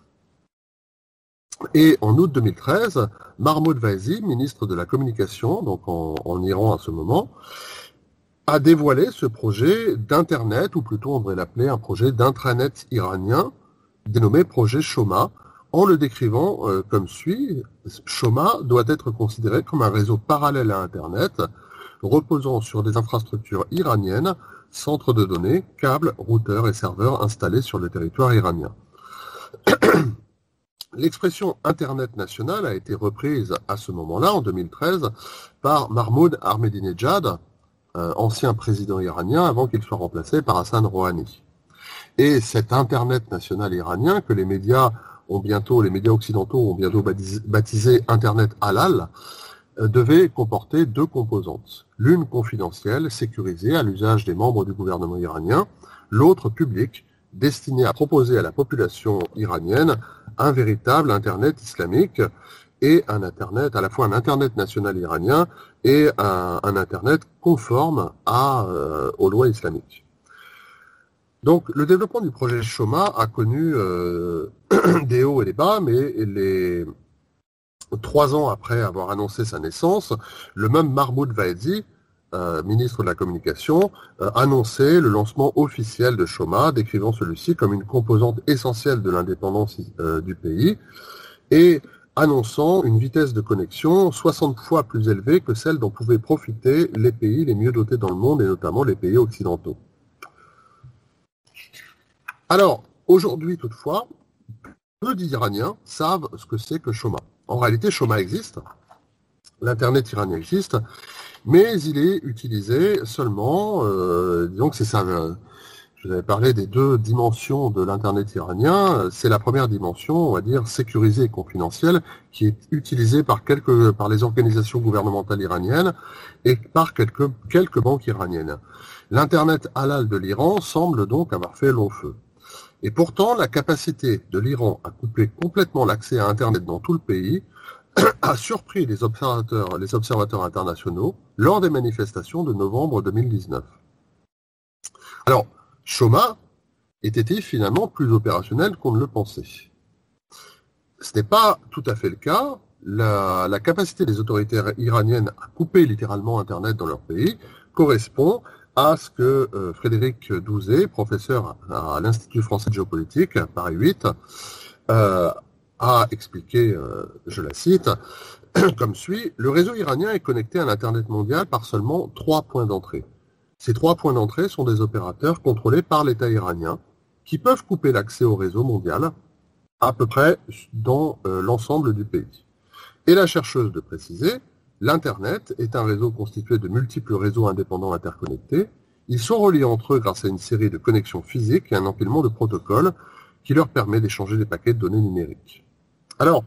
Et en août deux mille treize, Mahmoud Vaezi, ministre de la Communication, donc en, en Iran à ce moment, a dévoilé ce projet d'Internet, ou plutôt on devrait l'appeler un projet d'intranet iranien, dénommé projet Shoma, en le décrivant euh, comme suit. Shoma doit être considéré comme un réseau parallèle à Internet, reposant sur des infrastructures iraniennes, centres de données, câbles, routeurs et serveurs installés sur le territoire iranien. L'expression Internet national a été reprise à ce moment-là, en deux mille treize, par Mahmoud Ahmadinejad, euh, ancien président iranien, avant qu'il soit remplacé par Hassan Rouhani. Et cet Internet national iranien que les médias ont bientôt, les médias occidentaux ont bientôt baptisé Internet halal, euh, devait comporter deux composantes. L'une confidentielle, sécurisée à l'usage des membres du gouvernement iranien, l'autre publique, destinée à proposer à la population iranienne un véritable Internet islamique et un Internet, à la fois un Internet national iranien et un, un Internet conforme à, euh, aux lois islamiques. Donc, le développement du projet Shoma a connu euh, des hauts et des bas, mais les trois ans après avoir annoncé sa naissance, le même Mahmoud Vahedi, euh, ministre de la Communication, euh, annonçait le lancement officiel de Shoma, décrivant celui-ci comme une composante essentielle de l'indépendance euh, du pays, et annonçant une vitesse de connexion soixante fois plus élevée que celle dont pouvaient profiter les pays les mieux dotés dans le monde, et notamment les pays occidentaux. Alors, aujourd'hui toutefois, peu d'Iraniens savent ce que c'est que Shoma. En réalité, Shoma existe, l'Internet iranien existe, mais il est utilisé seulement, euh, disons que c'est ça, euh, je vous avais parlé des deux dimensions de l'Internet iranien, c'est la première dimension, on va dire, sécurisée et confidentielle, qui est utilisée par quelques, par les organisations gouvernementales iraniennes et par quelques, quelques banques iraniennes. L'Internet halal de l'Iran semble donc avoir fait long feu. Et pourtant, la capacité de l'Iran à couper complètement l'accès à Internet dans tout le pays a surpris les observateurs, les observateurs internationaux lors des manifestations de novembre deux mille dix-neuf. Alors, Shoma était-il finalement plus opérationnel qu'on ne le pensait? Ce n'est pas tout à fait le cas. La, la capacité des autorités iraniennes à couper littéralement Internet dans leur pays correspond à ce que euh, Frédéric Douzet, professeur à, à l'Institut français de géopolitique, Paris huit, euh, a expliqué, euh, je la cite, comme suit: le réseau iranien est connecté à l'Internet mondial par seulement trois points d'entrée. Ces trois points d'entrée sont des opérateurs contrôlés par l'État iranien qui peuvent couper l'accès au réseau mondial à peu près dans euh, l'ensemble du pays. Et la chercheuse de préciser: l'Internet est un réseau constitué de multiples réseaux indépendants interconnectés. Ils sont reliés entre eux grâce à une série de connexions physiques et un empilement de protocoles qui leur permet d'échanger des paquets de données numériques. Alors,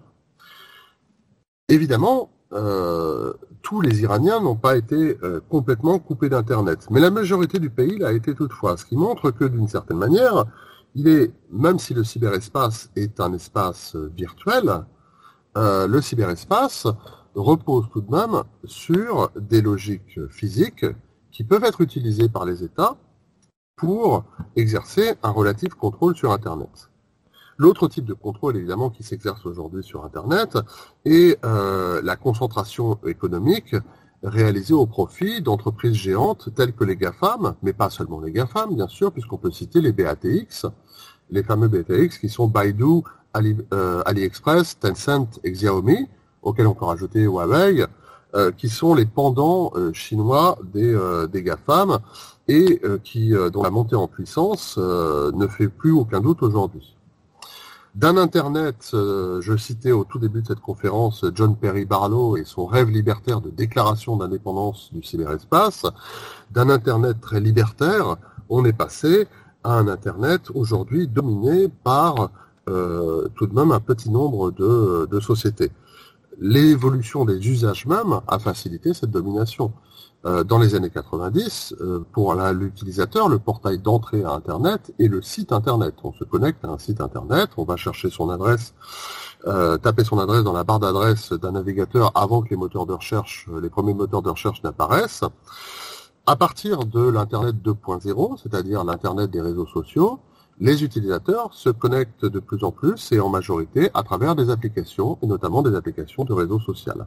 évidemment, euh, tous les Iraniens n'ont pas été euh, complètement coupés d'Internet, mais la majorité du pays l'a été toutefois, ce qui montre que d'une certaine manière, il est, même si le cyberespace est un espace virtuel, euh, le cyberespace repose tout de même sur des logiques physiques qui peuvent être utilisées par les États pour exercer un relatif contrôle sur Internet. L'autre type de contrôle, évidemment, qui s'exerce aujourd'hui sur Internet est euh, la concentration économique réalisée au profit d'entreprises géantes telles que les GAFAM, mais pas seulement les GAFAM, bien sûr, puisqu'on peut citer les B A T X, les fameux B A T X qui sont Baidu, Ali, euh, AliExpress, Tencent et Xiaomi, auxquels on peut rajouter Huawei, euh, qui sont les pendants euh, chinois des, euh, des GAFAM et euh, qui, euh, dont la montée en puissance euh, ne fait plus aucun doute aujourd'hui. D'un Internet, euh, je citais au tout début de cette conférence John Perry Barlow et son rêve libertaire de déclaration d'indépendance du cyberespace. D'un Internet très libertaire, on est passé à un Internet aujourd'hui dominé par euh, tout de même un petit nombre de, de sociétés. L'évolution des usages même a facilité cette domination. Euh, dans les années quatre-vingt-dix, euh, pour l'utilisateur, le portail d'entrée à Internet est le site Internet. On se connecte à un site Internet, on va chercher son adresse, euh, taper son adresse dans la barre d'adresse d'un navigateur avant que les moteurs de recherche, les premiers moteurs de recherche n'apparaissent. À partir de l'Internet deux point zéro, c'est-à-dire l'Internet des réseaux sociaux, les utilisateurs se connectent de plus en plus et en majorité à travers des applications, et notamment des applications de réseau social.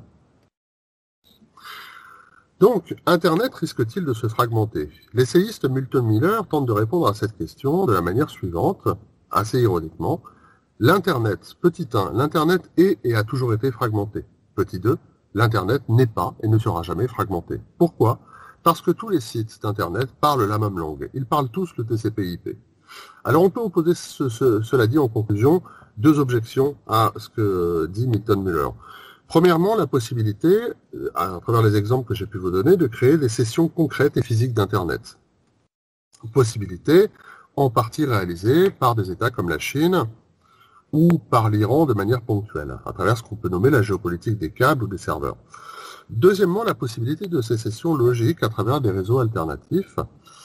Donc, Internet risque-t-il de se fragmenter? L'essayiste Milton Miller tente de répondre à cette question de la manière suivante, assez ironiquement. L'Internet, petit un, l'Internet est et a toujours été fragmenté. Petit deux, l'Internet n'est pas et ne sera jamais fragmenté. Pourquoi? Parce que tous les sites d'Internet parlent la même langue. Ils parlent tous le T C P I P. Alors on peut opposer, ce, ce, cela dit en conclusion, deux objections à ce que dit Milton Miller. Premièrement, la possibilité, à travers les exemples que j'ai pu vous donner, de créer des sessions concrètes et physiques d'Internet. Possibilité, en partie réalisés par des États comme la Chine ou par l'Iran de manière ponctuelle, à travers ce qu'on peut nommer la géopolitique des câbles ou des serveurs. Deuxièmement, la possibilité de sécession logique à travers des réseaux alternatifs.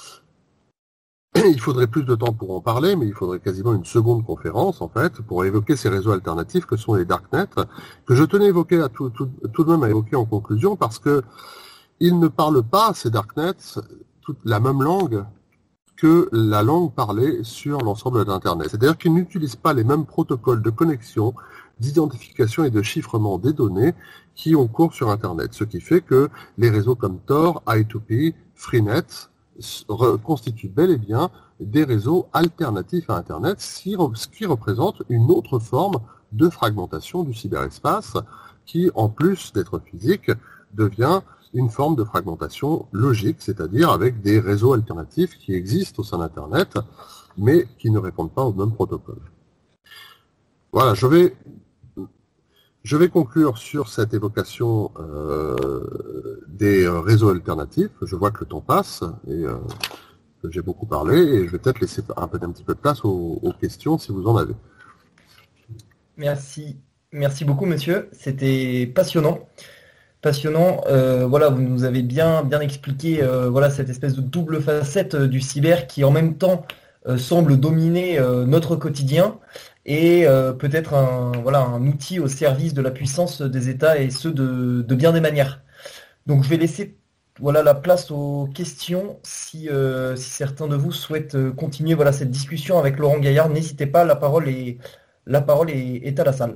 Il faudrait plus de temps pour en parler, mais il faudrait quasiment une seconde conférence, en fait, pour évoquer ces réseaux alternatifs que sont les darknets, que je tenais à évoquer à tout, tout, tout de même à évoquer en conclusion, parce que ils ne parlent pas, ces darknets, toute la même langue que la langue parlée sur l'ensemble d'Internet. C'est-à-dire qu'ils n'utilisent pas les mêmes protocoles de connexion, d'identification et de chiffrement des données qui ont cours sur Internet. Ce qui fait que les réseaux comme Tor, I deux P, Freenet constituent bel et bien des réseaux alternatifs à Internet, ce qui représente une autre forme de fragmentation du cyberespace qui, en plus d'être physique, devient une forme de fragmentation logique, c'est-à-dire avec des réseaux alternatifs qui existent au sein d'Internet, mais qui ne répondent pas au même protocole. Voilà, je vais, je vais conclure sur cette évocation euh, des réseaux alternatifs. Je vois que le temps passe et euh, que j'ai beaucoup parlé, et je vais peut-être laisser un, peu, un petit peu de place aux, aux questions si vous en avez. Merci, merci beaucoup, monsieur. C'était passionnant. Passionnant, euh, voilà, vous nous avez bien bien expliqué euh, voilà cette espèce de double facette euh, du cyber qui en même temps euh, semble dominer euh, notre quotidien et euh, peut-être un voilà un outil au service de la puissance des États, et ce de, de bien des manières. Donc je vais laisser voilà la place aux questions. Si euh, si certains de vous souhaitent continuer voilà cette discussion avec Laurent Gaillard, n'hésitez pas, la parole est la parole est, est à la salle.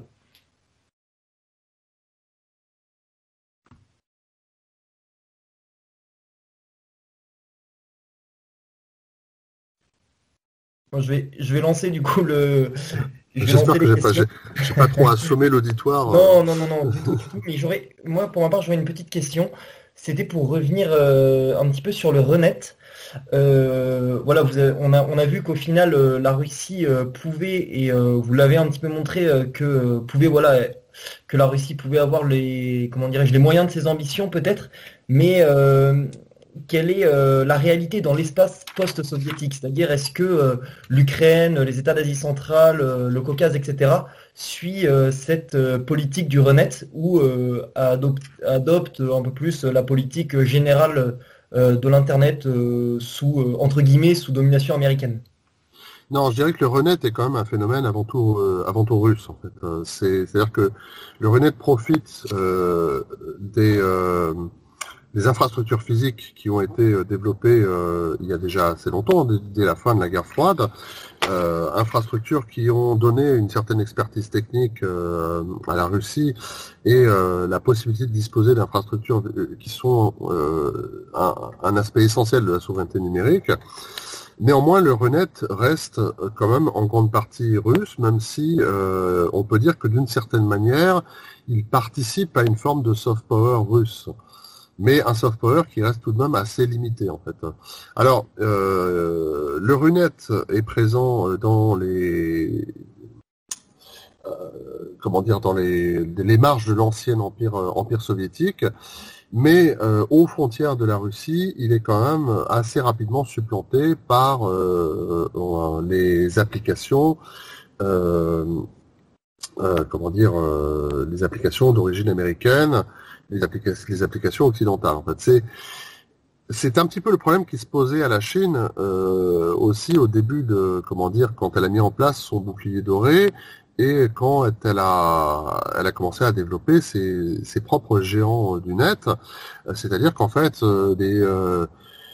Bon, je vais, je vais lancer du coup le. J'espère que j'ai pas, j'ai, j'ai pas trop assommé l'auditoire. Non, non, non, non, du tout, du tout. Mais j'aurais, moi, pour ma part, j'aurais une petite question. C'était pour revenir euh, un petit peu sur le Renet. Euh, voilà, vous avez, on a, on a vu qu'au final, euh, la Russie euh, pouvait, et euh, vous l'avez un petit peu montré, euh, que euh, pouvait, voilà, que la Russie pouvait avoir les, comment dirais-je, les moyens de ses ambitions peut-être, mais euh, quelle est euh, la réalité dans l'espace post-soviétique? C'est-à-dire, est-ce que euh, l'Ukraine, les États d'Asie centrale, euh, le Caucase, et cetera, suit euh, cette euh, politique du Renet, ou euh, adopte, adopte un peu plus la politique générale euh, de l'Internet euh, sous, euh, entre guillemets, sous domination américaine? Non, je dirais que le Renet est quand même un phénomène avant tout, euh, avant tout russe, en fait. Euh, c'est, c'est-à-dire que le Renet profite euh, des... Euh, des infrastructures physiques qui ont été développées euh, il y a déjà assez longtemps, dès, dès la fin de la guerre froide, euh, infrastructures qui ont donné une certaine expertise technique euh, à la Russie et euh, la possibilité de disposer d'infrastructures qui sont euh, un, un aspect essentiel de la souveraineté numérique. Néanmoins, le Renet reste quand même en grande partie russe, même si euh, on peut dire que d'une certaine manière, il participe à une forme de soft power russe. Mais un soft power qui reste tout de même assez limité, en fait. Alors, euh, le Runet est présent dans les, euh, comment dire, dans les, les marges de l'ancien empire, empire soviétique, mais euh, aux frontières de la Russie, il est quand même assez rapidement supplanté par euh, les applications, euh, euh, comment dire, euh, les applications d'origine américaine. Les, applica- les applications occidentales. En fait, c'est c'est un petit peu le problème qui se posait à la Chine euh, aussi au début de, comment dire, quand elle a mis en place son bouclier doré et quand elle a elle a commencé à développer ses ses propres géants du net. C'est-à-dire qu'en fait euh, des euh,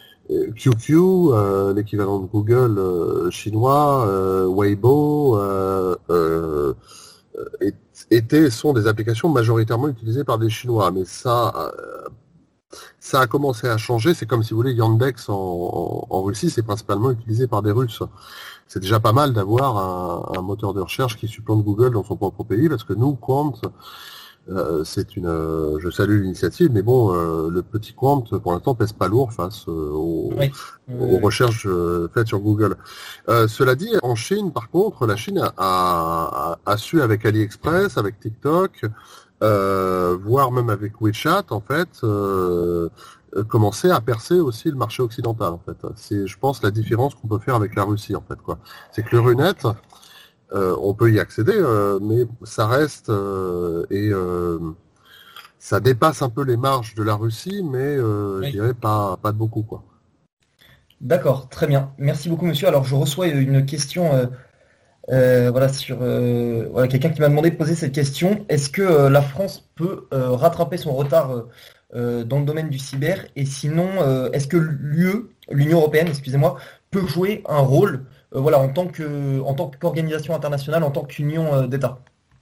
Q Q, euh, l'équivalent de Google euh, chinois, euh, Weibo, euh, euh, et étaient, sont des applications majoritairement utilisées par des Chinois, mais ça, euh, ça a commencé à changer. C'est comme si vous voulez Yandex en, en, en Russie, c'est principalement utilisé par des Russes. C'est déjà pas mal d'avoir un, un moteur de recherche qui supplante Google dans son propre pays, parce que nous, Quant, euh, c'est une, euh, je salue l'initiative, mais bon, euh, le petit Quant pour l'instant pèse pas lourd face euh, aux, oui. aux recherches euh, faites sur Google. Euh, cela dit, en Chine, par contre, la Chine a, a, a su avec AliExpress, avec TikTok, euh, voire même avec WeChat, en fait, euh, euh, commencer à percer aussi le marché occidental, en fait. C'est, je pense, la différence qu'on peut faire avec la Russie, en fait, quoi. C'est que le Runet, euh, on peut y accéder, euh, mais ça reste euh, et euh, ça dépasse un peu les marges de la Russie, mais euh, oui. je dirais pas, pas de beaucoup, quoi. D'accord, très bien. Merci beaucoup, monsieur. Alors, je reçois une question euh, euh, voilà, sur euh, voilà, quelqu'un qui m'a demandé de poser cette question. Est-ce que euh, la France peut euh, rattraper son retard euh, dans le domaine du cyber? Et sinon, euh, est-ce que l'U E, l'Union européenne, excusez-moi, peut jouer un rôle euh, voilà, en tant que, en tant qu'organisation internationale, en tant qu'union euh, d'États?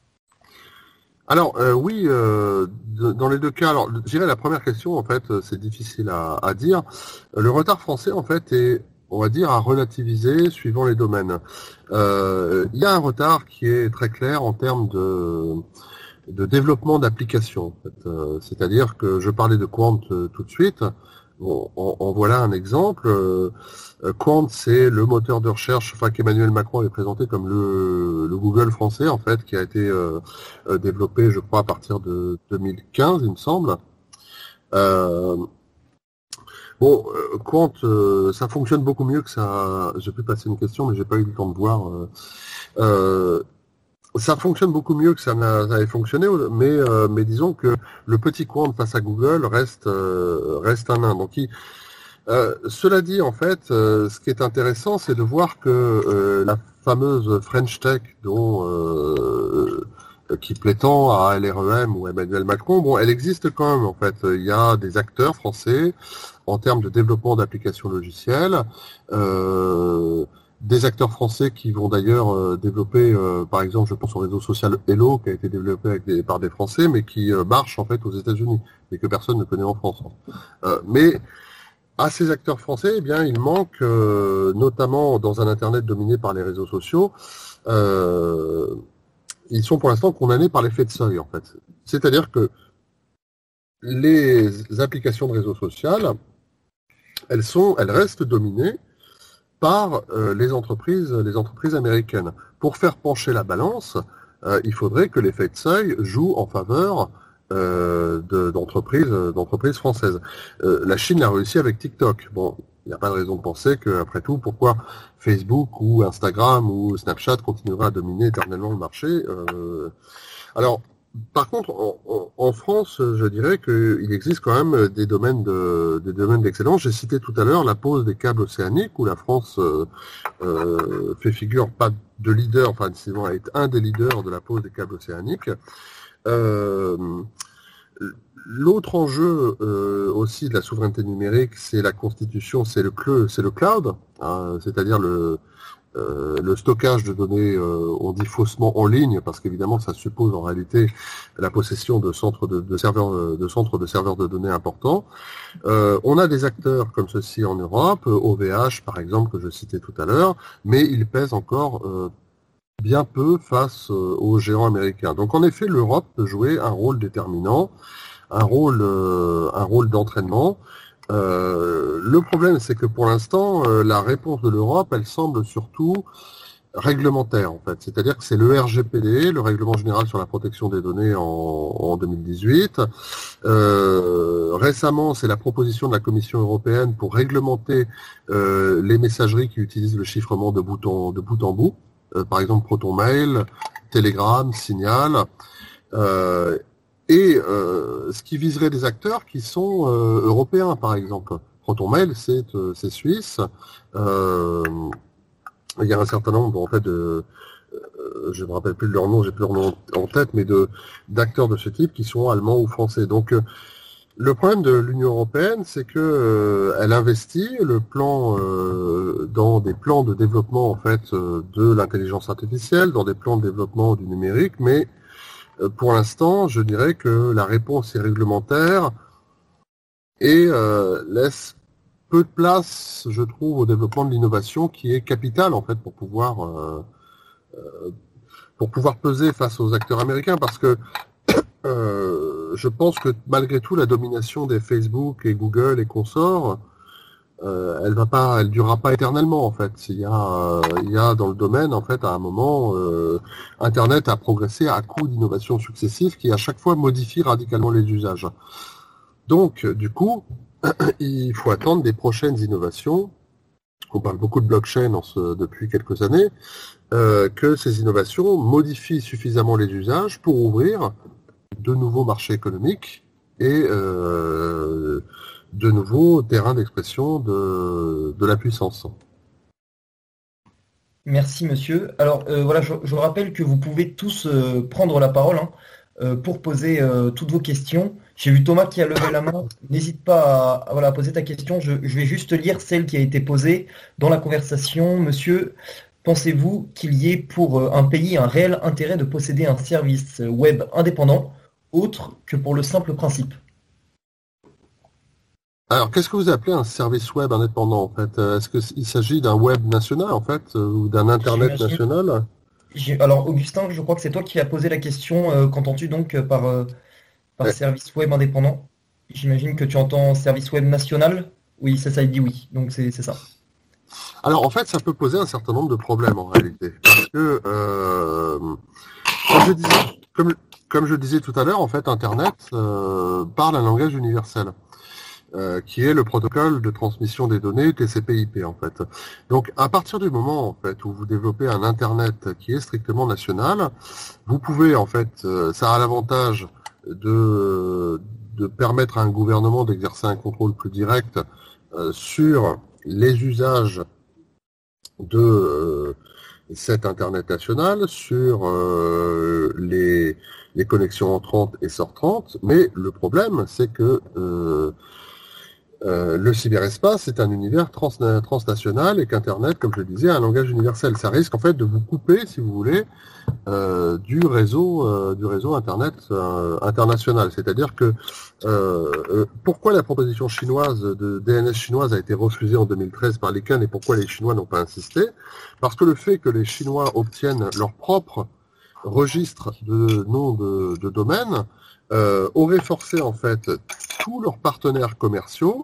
Alors euh, oui, euh, de, dans les deux cas, alors je dirais la première question, en fait, c'est difficile à, à dire. Le retard français, en fait, est, on va dire, à relativiser suivant les domaines. Euh, il y a un retard qui est très clair en termes de, de développement d'applications. En fait. Euh, c'est-à-dire que je parlais de Quant euh, tout de suite. Bon, en, en voilà un exemple. Euh, Quant, c'est le moteur de recherche, enfin qu'Emmanuel Macron avait présenté comme le, le Google français, en fait, qui a été euh, développé, je crois, à partir de deux mille quinze, il me semble. Euh, bon, euh, Quant, euh, ça fonctionne beaucoup mieux que ça. J'ai pu passer une question, mais j'ai pas eu le temps de voir. Euh, euh, ça fonctionne beaucoup mieux que ça n'avait fonctionné, mais euh, mais disons que le petit Quant face à Google reste euh, reste un nain. Donc il Euh, cela dit, en fait, euh, ce qui est intéressant, c'est de voir que euh, la fameuse French Tech, dont euh, qui plaît tant à L R E M ou Emmanuel Macron, bon, elle existe quand même. En fait, il y a des acteurs français en termes de développement d'applications logicielles, euh, des acteurs français qui vont d'ailleurs euh, développer, euh, par exemple, je pense au réseau social Hello, qui a été développé avec des, par des Français, mais qui euh, marche en fait aux États-Unis et que personne ne connaît en France. Euh, mais à ces acteurs français, eh bien, il manque, euh, notamment dans un Internet dominé par les réseaux sociaux, euh, ils sont pour l'instant condamnés par l'effet de seuil, en fait. C'est-à-dire que les applications de réseau social, elles sont, elles restent dominées par euh, les entreprises, les entreprises américaines. Pour faire pencher la balance, euh, il faudrait que l'effet de seuil joue en faveur Euh, de, d'entreprises, d'entreprises françaises. Euh, la Chine l'a réussi avec TikTok. Bon, il n'y a pas de raison de penser que, après tout, pourquoi Facebook ou Instagram ou Snapchat continuera à dominer éternellement le marché. Euh... Alors, par contre, en, en, en France, je dirais qu'il existe quand même des domaines de, des domaines d'excellence. J'ai cité tout à l'heure la pose des câbles océaniques, où la France euh, euh, fait figure pas de leader, enfin, sinon elle est un des leaders de la pose des câbles océaniques. Euh, l'autre enjeu euh, aussi de la souveraineté numérique, c'est la constitution, c'est le, cl- c'est le cloud, hein, c'est-à-dire le, euh, le stockage de données, euh, on dit faussement en ligne, parce qu'évidemment ça suppose en réalité la possession de centres de, de serveurs de centres de serveurs de données importants. Euh, on a des acteurs comme ceci en Europe, O V H par exemple que je citais tout à l'heure, mais ils pèsent encore euh, bien peu face euh, aux géants américains. Donc en effet, l'Europe peut jouer un rôle déterminant, un rôle, euh, un rôle d'entraînement. Euh, le problème, c'est que pour l'instant, euh, la réponse de l'Europe, elle semble surtout réglementaire, en fait. C'est-à-dire que c'est le R G P D, le Règlement général sur la protection des données en, en deux mille dix-huit. Euh, récemment, c'est la proposition de la Commission européenne pour réglementer euh, les messageries qui utilisent le chiffrement de bout en, de bout en bout. Euh, par exemple Proton Mail, Telegram, Signal, euh, et euh, ce qui viserait des acteurs qui sont euh, européens, par exemple. Proton Mail, c'est, euh, c'est suisse. Euh, il y a un certain nombre, en fait, de, euh, je ne me rappelle plus de leur nom, j'ai plus leur nom en tête, mais de d'acteurs de ce type qui sont allemands ou français. Donc, euh, le problème de l'Union européenne, c'est que euh, elle investit le plan euh, dans des plans de développement en fait euh, de l'intelligence artificielle, dans des plans de développement du numérique, mais euh, pour l'instant, je dirais que la réponse est réglementaire et euh, laisse peu de place, je trouve, au développement de l'innovation qui est capital en fait pour pouvoir euh, euh, pour pouvoir peser face aux acteurs américains, parce que Euh, je pense que malgré tout, la domination des Facebook et Google et consorts, euh, elle va pas, elle durera pas éternellement en fait. Il y a, euh, il y a dans le domaine en fait à un moment, euh, Internet a progressé à coup d'innovations successives qui à chaque fois modifient radicalement les usages. Donc, du coup, il faut attendre des prochaines innovations. On parle beaucoup de blockchain en ce, depuis quelques années, euh, que ces innovations modifient suffisamment les usages pour ouvrir de nouveaux marchés économiques et euh, de nouveaux terrains d'expression de, de la puissance. Merci monsieur. Alors euh, voilà, je, je rappelle que vous pouvez tous euh, prendre la parole hein, euh, pour poser euh, toutes vos questions. J'ai vu Thomas qui a levé la main. N'hésite pas à, à, voilà, à poser ta question. Je, je vais juste lire celle qui a été posée dans la conversation. Monsieur, pensez-vous qu'il y ait pour euh, un pays un réel intérêt de posséder un service web indépendant, autre que pour le simple principe ? Alors, qu'est-ce que vous appelez un service web indépendant, en fait ? Est-ce qu'il s'agit d'un web national, en fait, ou d'un Internet J'imagine. national ? Alors, Augustin, je crois que c'est toi qui as posé la question. Euh, qu'entends-tu donc euh, par, euh, par Ouais. service web indépendant ? J'imagine que tu entends service web national ? Oui, c'est ça, il dit oui. Donc, c'est c'est ça. Alors, en fait, ça peut poser un certain nombre de problèmes, en réalité. Parce que, euh, comme, je disais, comme, comme je disais tout à l'heure, en fait, Internet euh, parle un langage universel. Euh, qui est le protocole de transmission des données T C P I P en fait. Donc à partir du moment en fait où vous développez un internet qui est strictement national, vous pouvez en fait, euh, ça a l'avantage de de permettre à un gouvernement d'exercer un contrôle plus direct euh, sur les usages de euh, cet internet national, sur euh, les les connexions entrantes et sortantes, mais le problème c'est que euh, Euh, le cyberespace est un univers trans transnational et qu'Internet, comme je le disais, a un langage universel. Ça risque en fait de vous couper, si vous voulez, euh, du réseau, euh, du réseau Internet euh, international. C'est-à-dire que euh, euh, pourquoi la proposition chinoise de D N S chinoise a été refusée en deux mille treize par l'I C A N et pourquoi les Chinois n'ont pas insisté? Parce que le fait que les Chinois obtiennent leur propre registre de noms de, de domaine euh, aurait forcé en fait tous leurs partenaires commerciaux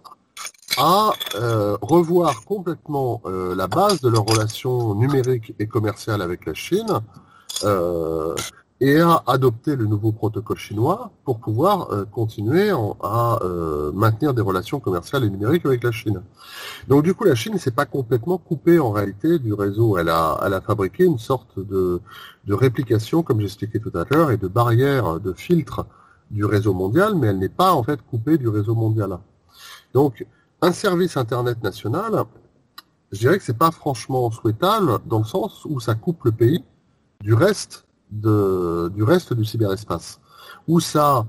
à euh, revoir complètement euh, la base de leurs relations numériques et commerciales avec la Chine euh, et à adopter le nouveau protocole chinois pour pouvoir euh, continuer en, à euh, maintenir des relations commerciales et numériques avec la Chine. Donc du coup, la Chine ne s'est pas complètement coupée en réalité du réseau. Elle a, elle a fabriqué une sorte de, de réplication, comme j'expliquais tout à l'heure, et de barrière, de filtre du réseau mondial, mais elle n'est pas en fait coupée du réseau mondial. Donc, un service Internet national, je dirais que c'est pas franchement souhaitable dans le sens où ça coupe le pays du reste de, du reste du cyberespace, où ça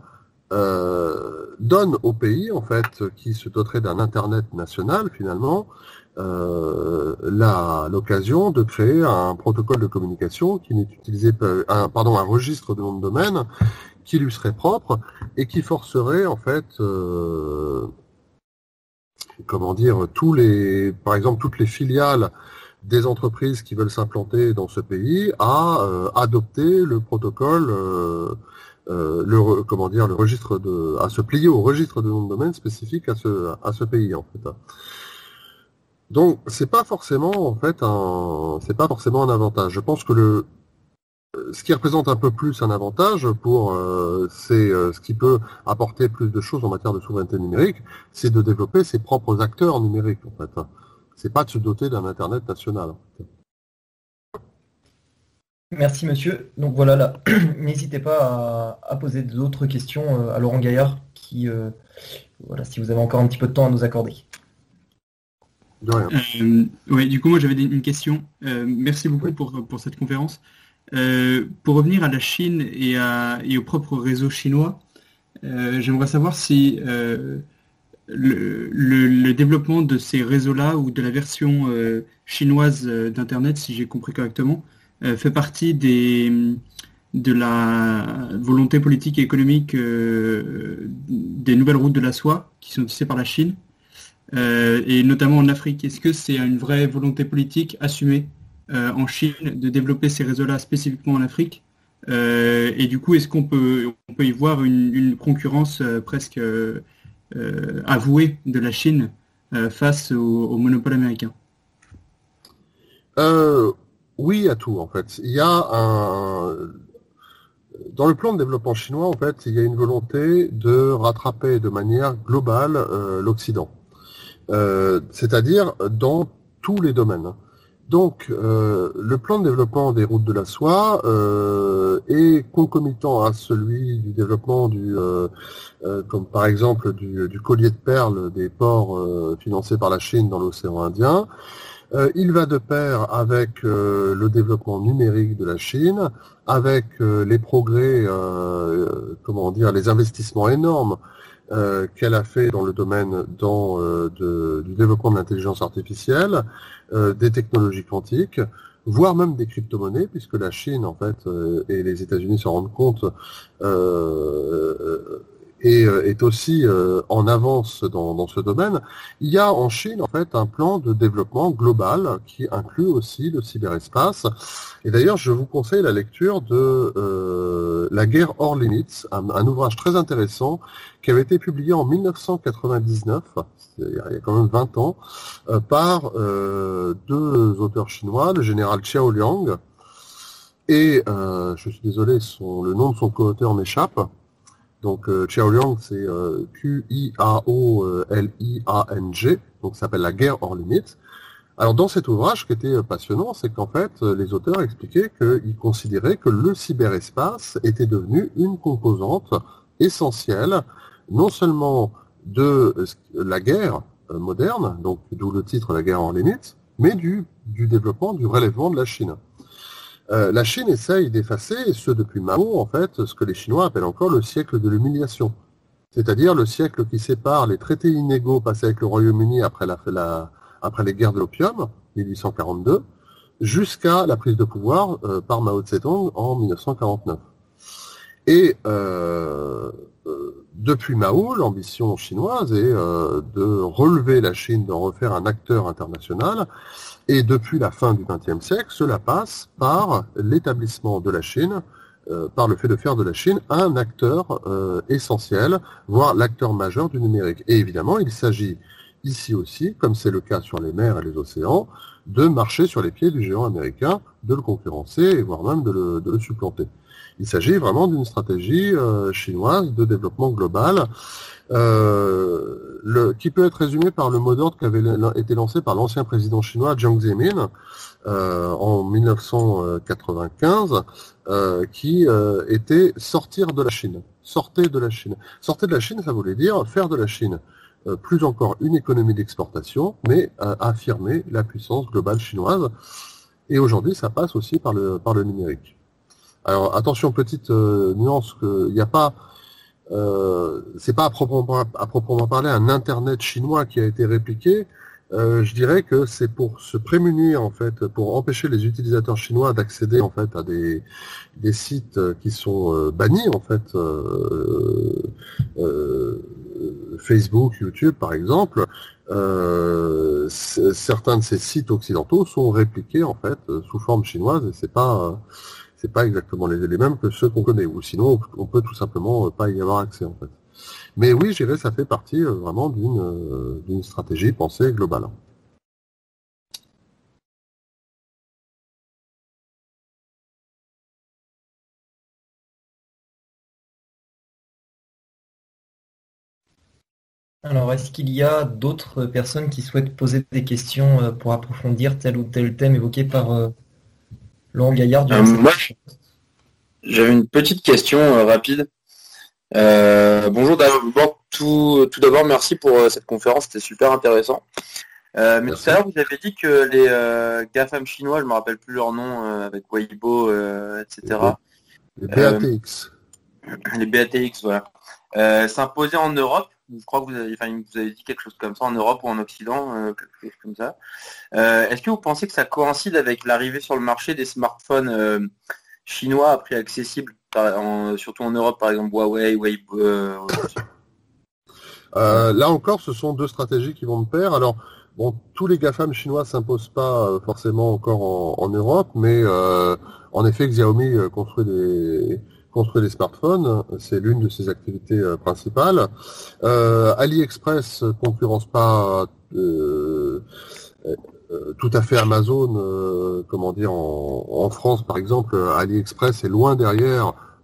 euh, donne au pays en fait qui se doterait d'un Internet national finalement euh, la l'occasion de créer un protocole de communication qui n'est utilisé un pardon un registre de nom de domaine qui lui serait propre et qui forcerait en fait euh, comment dire tous les par exemple toutes les filiales des entreprises qui veulent s'implanter dans ce pays à euh, adopter le protocole euh, euh, le comment dire le registre de à se plier au registre de nom de domaine spécifique à ce à ce pays en fait. Donc c'est pas forcément en fait un c'est pas forcément un avantage. Je pense que le ce qui représente un peu plus un avantage pour euh, c'est euh, ce qui peut apporter plus de choses en matière de souveraineté numérique, c'est de développer ses propres acteurs numériques en fait. C'est pas de se doter d'un Internet national. En fait. Merci monsieur. Donc voilà, là, n'hésitez pas à, à poser d'autres questions à Laurent Gaillard, qui, euh, voilà, si vous avez encore un petit peu de temps à nous accorder. De rien. Euh, ouais, du coup, moi j'avais une question. Euh, merci beaucoup oui. pour, pour cette conférence. Euh, pour revenir à la Chine et, à, et au propre réseau chinois, euh, j'aimerais savoir si euh, le, le, le développement de ces réseaux-là ou de la version euh, chinoise d'Internet, si j'ai compris correctement, euh, fait partie des, de la volonté politique et économique euh, des nouvelles routes de la soie qui sont tissées par la Chine, euh, et notamment en Afrique. Est-ce que c'est une vraie volonté politique assumée euh, en Chine de développer ces réseaux-là spécifiquement en Afrique? euh, Et du coup, est-ce qu'on peut, on peut y voir une, une concurrence euh, presque euh, euh, avouée de la Chine euh, face au, au monopole américain? euh, Oui, à tout en fait. Il y a un... dans le plan de développement chinois, en fait, il y a une volonté de rattraper de manière globale euh, l'Occident, euh, c'est-à-dire dans tous les domaines. Donc, euh, le plan de développement des routes de la soie euh, est concomitant à celui du développement du, euh, euh, comme par exemple du, du collier de perles des ports euh, financés par la Chine dans l'océan Indien. Euh, il va de pair avec euh, le développement numérique de la Chine, avec euh, les progrès, euh, comment dire, les investissements énormes euh, qu'elle a fait dans le domaine dans, euh, de, du développement de l'intelligence artificielle, euh, des technologies quantiques, voire même des crypto-monnaies, puisque la Chine, en fait, euh, et les États-Unis s'en rendent compte, euh, et est aussi euh, en avance dans, dans ce domaine. Il y a en Chine en fait un plan de développement global qui inclut aussi le cyberespace. Et d'ailleurs, je vous conseille la lecture de euh, La guerre hors limites, un, un ouvrage très intéressant qui avait été publié en mille neuf cent quatre-vingt-dix-neuf, il y a quand même vingt ans, euh, par euh, deux auteurs chinois, le général Qiao Liang et, euh, je suis désolé, son, le nom de son co-auteur m'échappe. Donc euh, Qiao Liang, c'est euh, Q I A O L I A N G, donc ça s'appelle La guerre hors limites. Alors dans cet ouvrage, ce qui était passionnant, c'est qu'en fait, les auteurs expliquaient qu'ils considéraient que le cyberespace était devenu une composante essentielle, non seulement de la guerre moderne, donc d'où le titre La guerre hors limites, mais du, du développement, du relèvement de la Chine. Euh, la Chine essaye d'effacer, et ce depuis Mao, en fait, ce que les Chinois appellent encore le siècle de l'humiliation. C'est-à-dire le siècle qui sépare les traités inégaux passés avec le Royaume-Uni après, la, la, après les guerres de l'opium, mille huit cent quarante-deux, jusqu'à la prise de pouvoir euh, par Mao Tse-tung en mille neuf cent quarante-neuf. Et euh, euh, depuis Mao, l'ambition chinoise est euh, de relever la Chine, d'en refaire un acteur international. Et depuis la fin du vingtième siècle, cela passe par l'établissement de la Chine, euh, par le fait de faire de la Chine un acteur euh, essentiel, voire l'acteur majeur du numérique. Et évidemment, il s'agit ici aussi, comme c'est le cas sur les mers et les océans, de marcher sur les pieds du géant américain, de le concurrencer, et voire même de le, de le supplanter. Il s'agit vraiment d'une stratégie euh, chinoise de développement global, euh, le, qui peut être résumé par le mot d'ordre qui avait été lancé par l'ancien président chinois Jiang Zemin euh, en mille neuf cent quatre-vingt-quinze, euh, qui euh, était sortir de la Chine. Sortez de la Chine. Sortez de la Chine, ça voulait dire faire de la Chine euh, plus encore une économie d'exportation, mais euh, affirmer la puissance globale chinoise. Et aujourd'hui, ça passe aussi par le par le numérique. Alors attention, petite euh, nuance, qu'il n'y a pas, euh, c'est pas à proprement, à proprement parler un Internet chinois qui a été répliqué. Euh, je dirais que c'est pour se prémunir en fait, pour empêcher les utilisateurs chinois d'accéder en fait à des des sites qui sont euh, bannis en fait, euh, euh, Facebook, YouTube par exemple. Euh, certains de ces sites occidentaux sont répliqués en fait sous forme chinoise et c'est pas euh, c'est pas exactement les, les mêmes que ceux qu'on connaît, ou sinon on peut tout simplement pas y avoir accès en fait. Mais oui, je dirais ça fait partie euh, vraiment d'une euh, d'une stratégie pensée globale. Alors, est-ce qu'il y a d'autres personnes qui souhaitent poser des questions euh, pour approfondir tel ou tel thème évoqué par euh, Laurent Gaillard durant euh, cette Moi, j'avais une petite question euh, rapide. Euh, bonjour d'abord, tout, tout d'abord merci pour euh, cette conférence, c'était super intéressant. Euh, mais Merci. tout à l'heure vous avez dit que les euh, GAFAM chinois, je me rappelle plus leur nom, euh, avec Weibo, euh, et cetera. Les B A T X. Euh, les B A T X, voilà. Euh, s'imposaient en Europe. Je crois que vous avez, enfin, vous avez dit quelque chose comme ça en Europe ou en Occident, euh, quelque chose comme ça. Euh, est-ce que vous pensez que ça coïncide avec l'arrivée sur le marché des smartphones euh, chinois à prix accessible, par, en, surtout en Europe, par exemple Huawei, Weibo euh, euh, Là encore, ce sont deux stratégies qui vont de pair. Alors, bon, tous les GAFAM chinois s'imposent pas euh, forcément encore en, en Europe, mais euh, en effet, Xiaomi euh, construit des construit des smartphones, c'est l'une de ses activités euh, principales. Euh, AliExpress concurrence pas euh, euh, tout à fait Amazon, euh, comment dire, en, en France par exemple, AliExpress est loin derrière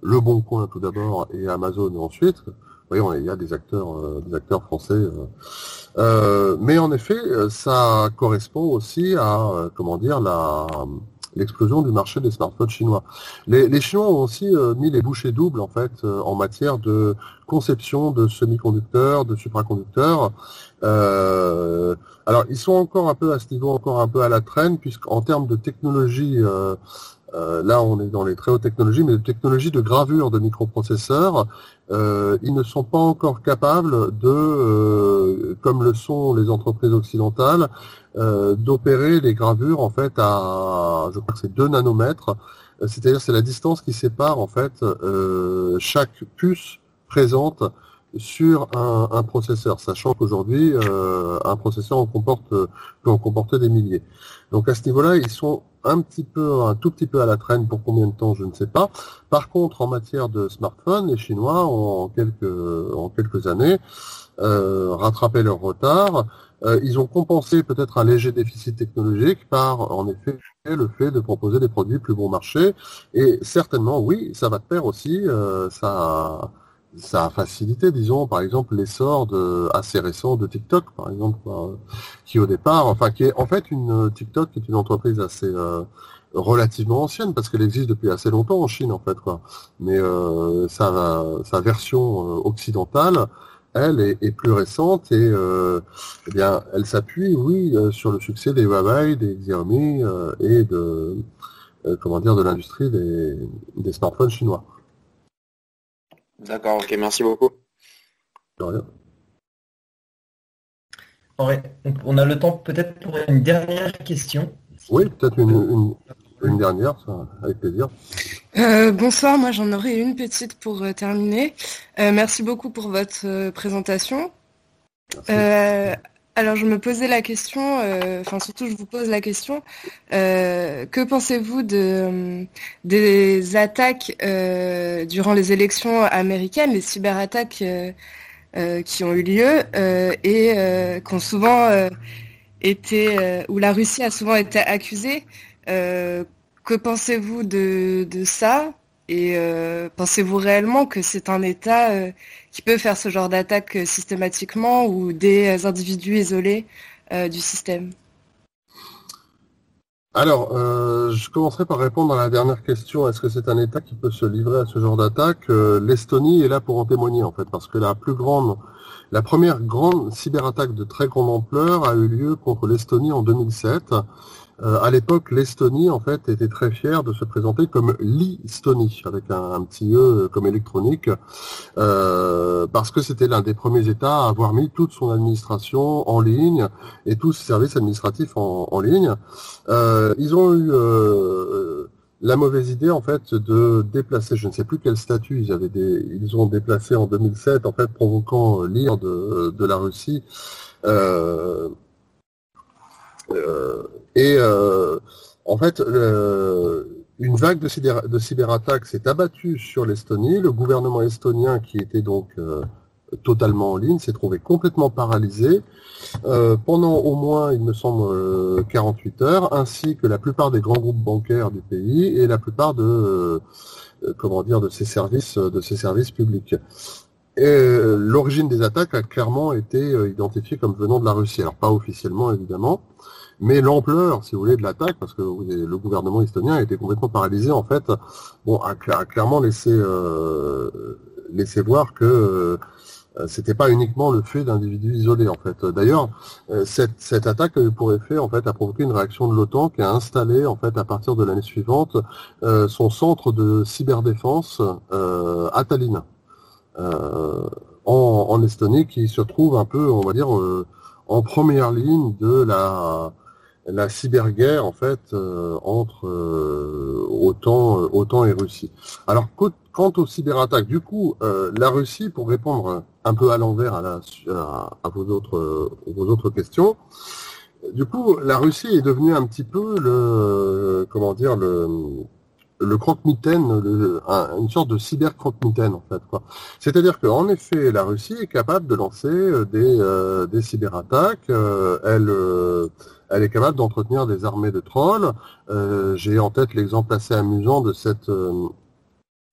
Le Bon Coin tout d'abord et Amazon ensuite. Vous voyez, il y a des acteurs, euh, des acteurs français. Euh. Euh, mais en effet, ça correspond aussi à, euh, comment dire, la l'explosion du marché des smartphones chinois. Les, les Chinois ont aussi euh, mis les bouchées doubles en fait euh, en matière de conception de semi-conducteurs, de supraconducteurs. Euh, alors ils sont encore un peu à ce niveau, encore un peu à la traîne, puisqu'en termes de technologie, euh, euh, là on est dans les très hautes technologies, mais de technologie de gravure de microprocesseurs, euh, ils ne sont pas encore capables de, euh, comme le sont les entreprises occidentales, Euh, d'opérer les gravures en fait à, je crois que c'est deux nanomètres, c'est-à-dire c'est la distance qui sépare en fait euh, chaque puce présente sur un, un processeur, sachant qu'aujourd'hui euh, un processeur en comporte, peut en comporter des milliers. Donc à ce niveau-là, ils sont un petit peu, un tout petit peu à la traîne. Pour combien de temps, je ne sais pas. Par contre, en matière de smartphones, les Chinois ont en quelques, en quelques années euh, rattrapé leur retard. Euh, ils ont compensé peut-être un léger déficit technologique par, en effet, le fait de proposer des produits plus bon marché. Et certainement, oui, ça va de pair aussi. Euh, ça, ça a facilité, disons, par exemple, l'essor de, assez récent de TikTok, par exemple, quoi, qui au départ, enfin, qui est en fait une TikTok, qui est une entreprise assez euh, relativement ancienne, parce qu'elle existe depuis assez longtemps en Chine, en fait, quoi. Mais euh, sa, sa version euh, occidentale, elle est, est plus récente et euh, eh bien, elle s'appuie, oui, euh, sur le succès des Huawei, des Xiaomi euh, et de, euh, comment dire, de l'industrie des, des smartphones chinois. D'accord, ok, merci beaucoup. De rien. Ouais, donc on a le temps peut-être pour une dernière question. Oui, peut-être une, une, une dernière, ça, avec plaisir. Euh, bonsoir, moi j'en aurais une petite pour euh, terminer. Euh, merci beaucoup pour votre euh, présentation. Euh, alors je me posais la question, enfin euh, surtout je vous pose la question, euh, que pensez-vous de, des attaques euh, durant les élections américaines, les cyberattaques euh, euh, qui ont eu lieu euh, et euh, qui ont souvent euh, été, euh, où la Russie a souvent été accusée. Euh, Que pensez-vous de, de ça et euh, pensez-vous réellement que c'est un État euh, qui peut faire ce genre d'attaque euh, systématiquement ou des individus isolés euh, du système? Alors, euh, je commencerai par répondre à la dernière question. Est-ce que c'est un État qui peut se livrer à ce genre d'attaque? euh, L'Estonie est là pour en témoigner, en fait, parce que la plus grande, la première grande cyberattaque de très grande ampleur a eu lieu contre l'Estonie en deux mille sept. Euh, à l'époque, l'Estonie, en fait, était très fière de se présenter comme l'Estonie, avec un, un petit E comme électronique, euh, parce que c'était l'un des premiers États à avoir mis toute son administration en ligne et tous ses services administratifs en, en ligne. Euh, ils ont eu euh, la mauvaise idée, en fait, de déplacer, je ne sais plus quel statut ils avaient, des, ils ont déplacé en deux mille sept, en fait, provoquant l'ire de, de la Russie. Euh, Euh, et euh, en fait, euh, une vague de, cyber, de cyberattaques s'est abattue sur l'Estonie. Le gouvernement estonien, qui était donc euh, totalement en ligne, s'est trouvé complètement paralysé euh, pendant au moins, il me semble, euh, quarante-huit heures, ainsi que la plupart des grands groupes bancaires du pays et la plupart de, euh, comment dire, de ces services, de ces services publics. Et l'origine des attaques a clairement été identifiée comme venant de la Russie. Alors pas officiellement évidemment, mais l'ampleur, si vous voulez, de l'attaque, parce que le gouvernement estonien a été complètement paralysé, en fait, bon, a, a clairement laissé euh, laissé voir que euh, c'était pas uniquement le fait d'individus isolés, en fait. D'ailleurs, cette, cette attaque a eu pour effet, en fait, à provoquer une réaction de l'OTAN qui a installé, en fait, à partir de l'année suivante, euh, son centre de cyberdéfense euh, à Tallinn. Euh, en, en Estonie, qui se trouve un peu, on va dire, euh, en première ligne de la, la cyberguerre, en fait, euh, entre euh, OTAN, euh, OTAN et Russie. Alors, quant aux cyberattaques, du coup, euh, la Russie, pour répondre un peu à l'envers à, la, à, à vos autres, vos autres questions, du coup, la Russie est devenue un petit peu le, comment dire, le le croque-mitaine, le, un, une sorte de cyber-croque-mitaine, en fait, quoi. C'est-à-dire qu'en effet, la Russie est capable de lancer des, euh, des cyberattaques, euh, elle, euh, elle est capable d'entretenir des armées de trolls. Euh, j'ai en tête l'exemple assez amusant de cette, euh,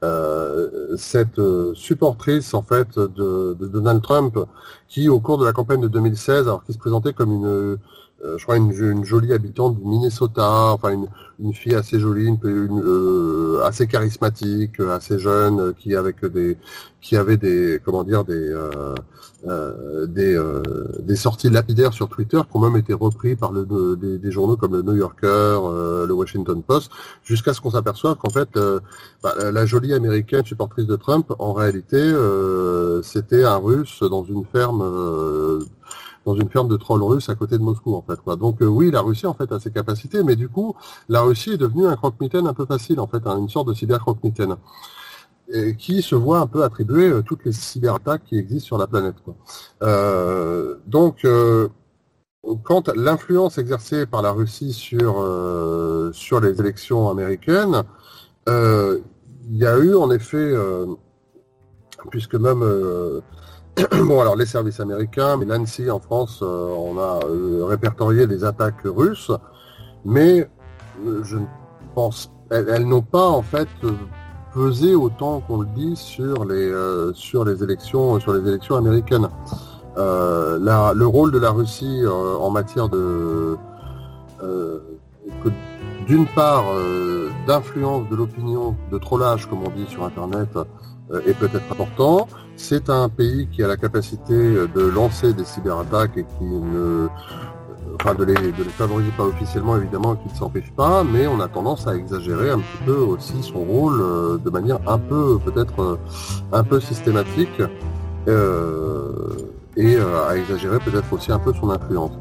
euh, cette euh, supportrice en fait de, de Donald Trump, qui au cours de la campagne de deux mille seize, alors qui se présentait comme une, euh, je crois une, une jolie habitante du Minnesota, enfin une, une fille assez jolie, une, une euh, assez charismatique, assez jeune, qui avec des, qui avait des, comment dire, des euh, Euh, des, euh, des sorties lapidaires sur Twitter qui ont même été repris par le, de, des, des journaux comme le New Yorker, euh, le Washington Post, jusqu'à ce qu'on s'aperçoive qu'en fait euh, bah, la jolie américaine supportrice de Trump, en réalité euh, c'était un Russe dans une ferme euh, dans une ferme de trolls russes à côté de Moscou en fait quoi. Donc euh, oui, la Russie en fait a ses capacités, mais du coup la Russie est devenue un croque-mitaine un peu facile en fait, hein, une sorte de cyber-croque-mitaine, et qui se voit un peu attribuer euh, toutes les cyberattaques qui existent sur la planète, quoi. Euh, donc, euh, quand l'influence exercée par la Russie sur euh, sur les élections américaines, euh, il y a eu en effet, euh, puisque même euh, bon alors les services américains, mais l'ANSI en France, euh, on a euh, répertorié les attaques russes, mais euh, je ne pense, elles, elles n'ont pas en fait euh, peser autant qu'on le dit sur les euh, sur les élections sur les élections américaines. Euh, la, le rôle de la Russie euh, en matière de euh, que, d'une part euh, d'influence de l'opinion, de trollage comme on dit sur Internet, euh, est peut-être important. C'est un pays qui a la capacité de lancer des cyberattaques et qui ne Enfin, de les, de les favoriser pas officiellement évidemment, qui ne s'en prive pas, mais on a tendance à exagérer un petit peu aussi son rôle euh, de manière un peu peut-être euh, un peu systématique euh, et euh, à exagérer peut-être aussi un peu son influence.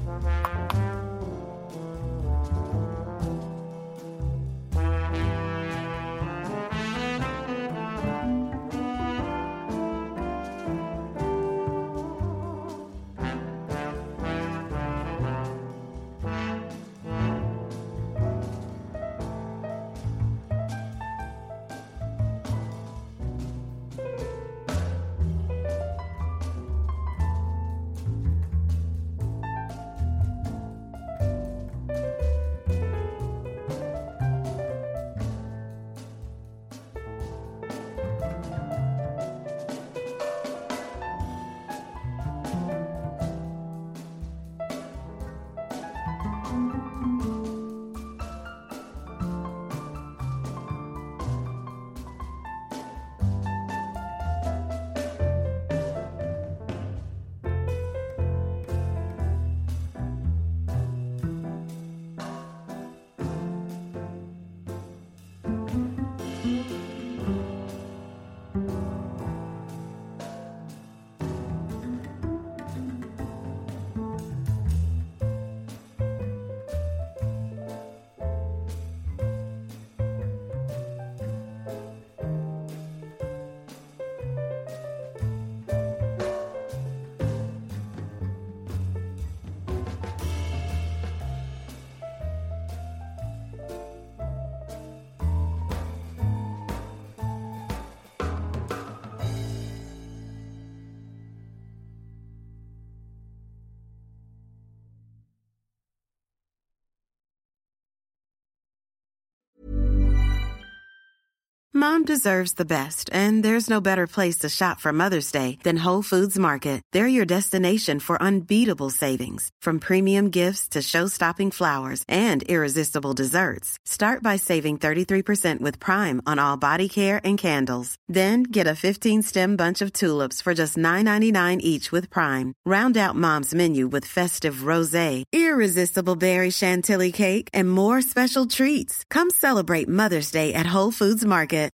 Mom deserves the best, and there's no better place to shop for Mother's Day than Whole Foods Market. They're your destination for unbeatable savings, from premium gifts to show-stopping flowers and irresistible desserts. Start by saving thirty-three percent with Prime on all body care and candles. Then get a fifteen-stem bunch of tulips for just nine ninety-nine each with Prime. Round out Mom's menu with festive rosé, irresistible berry chantilly cake, and more special treats. Come celebrate Mother's Day at Whole Foods Market.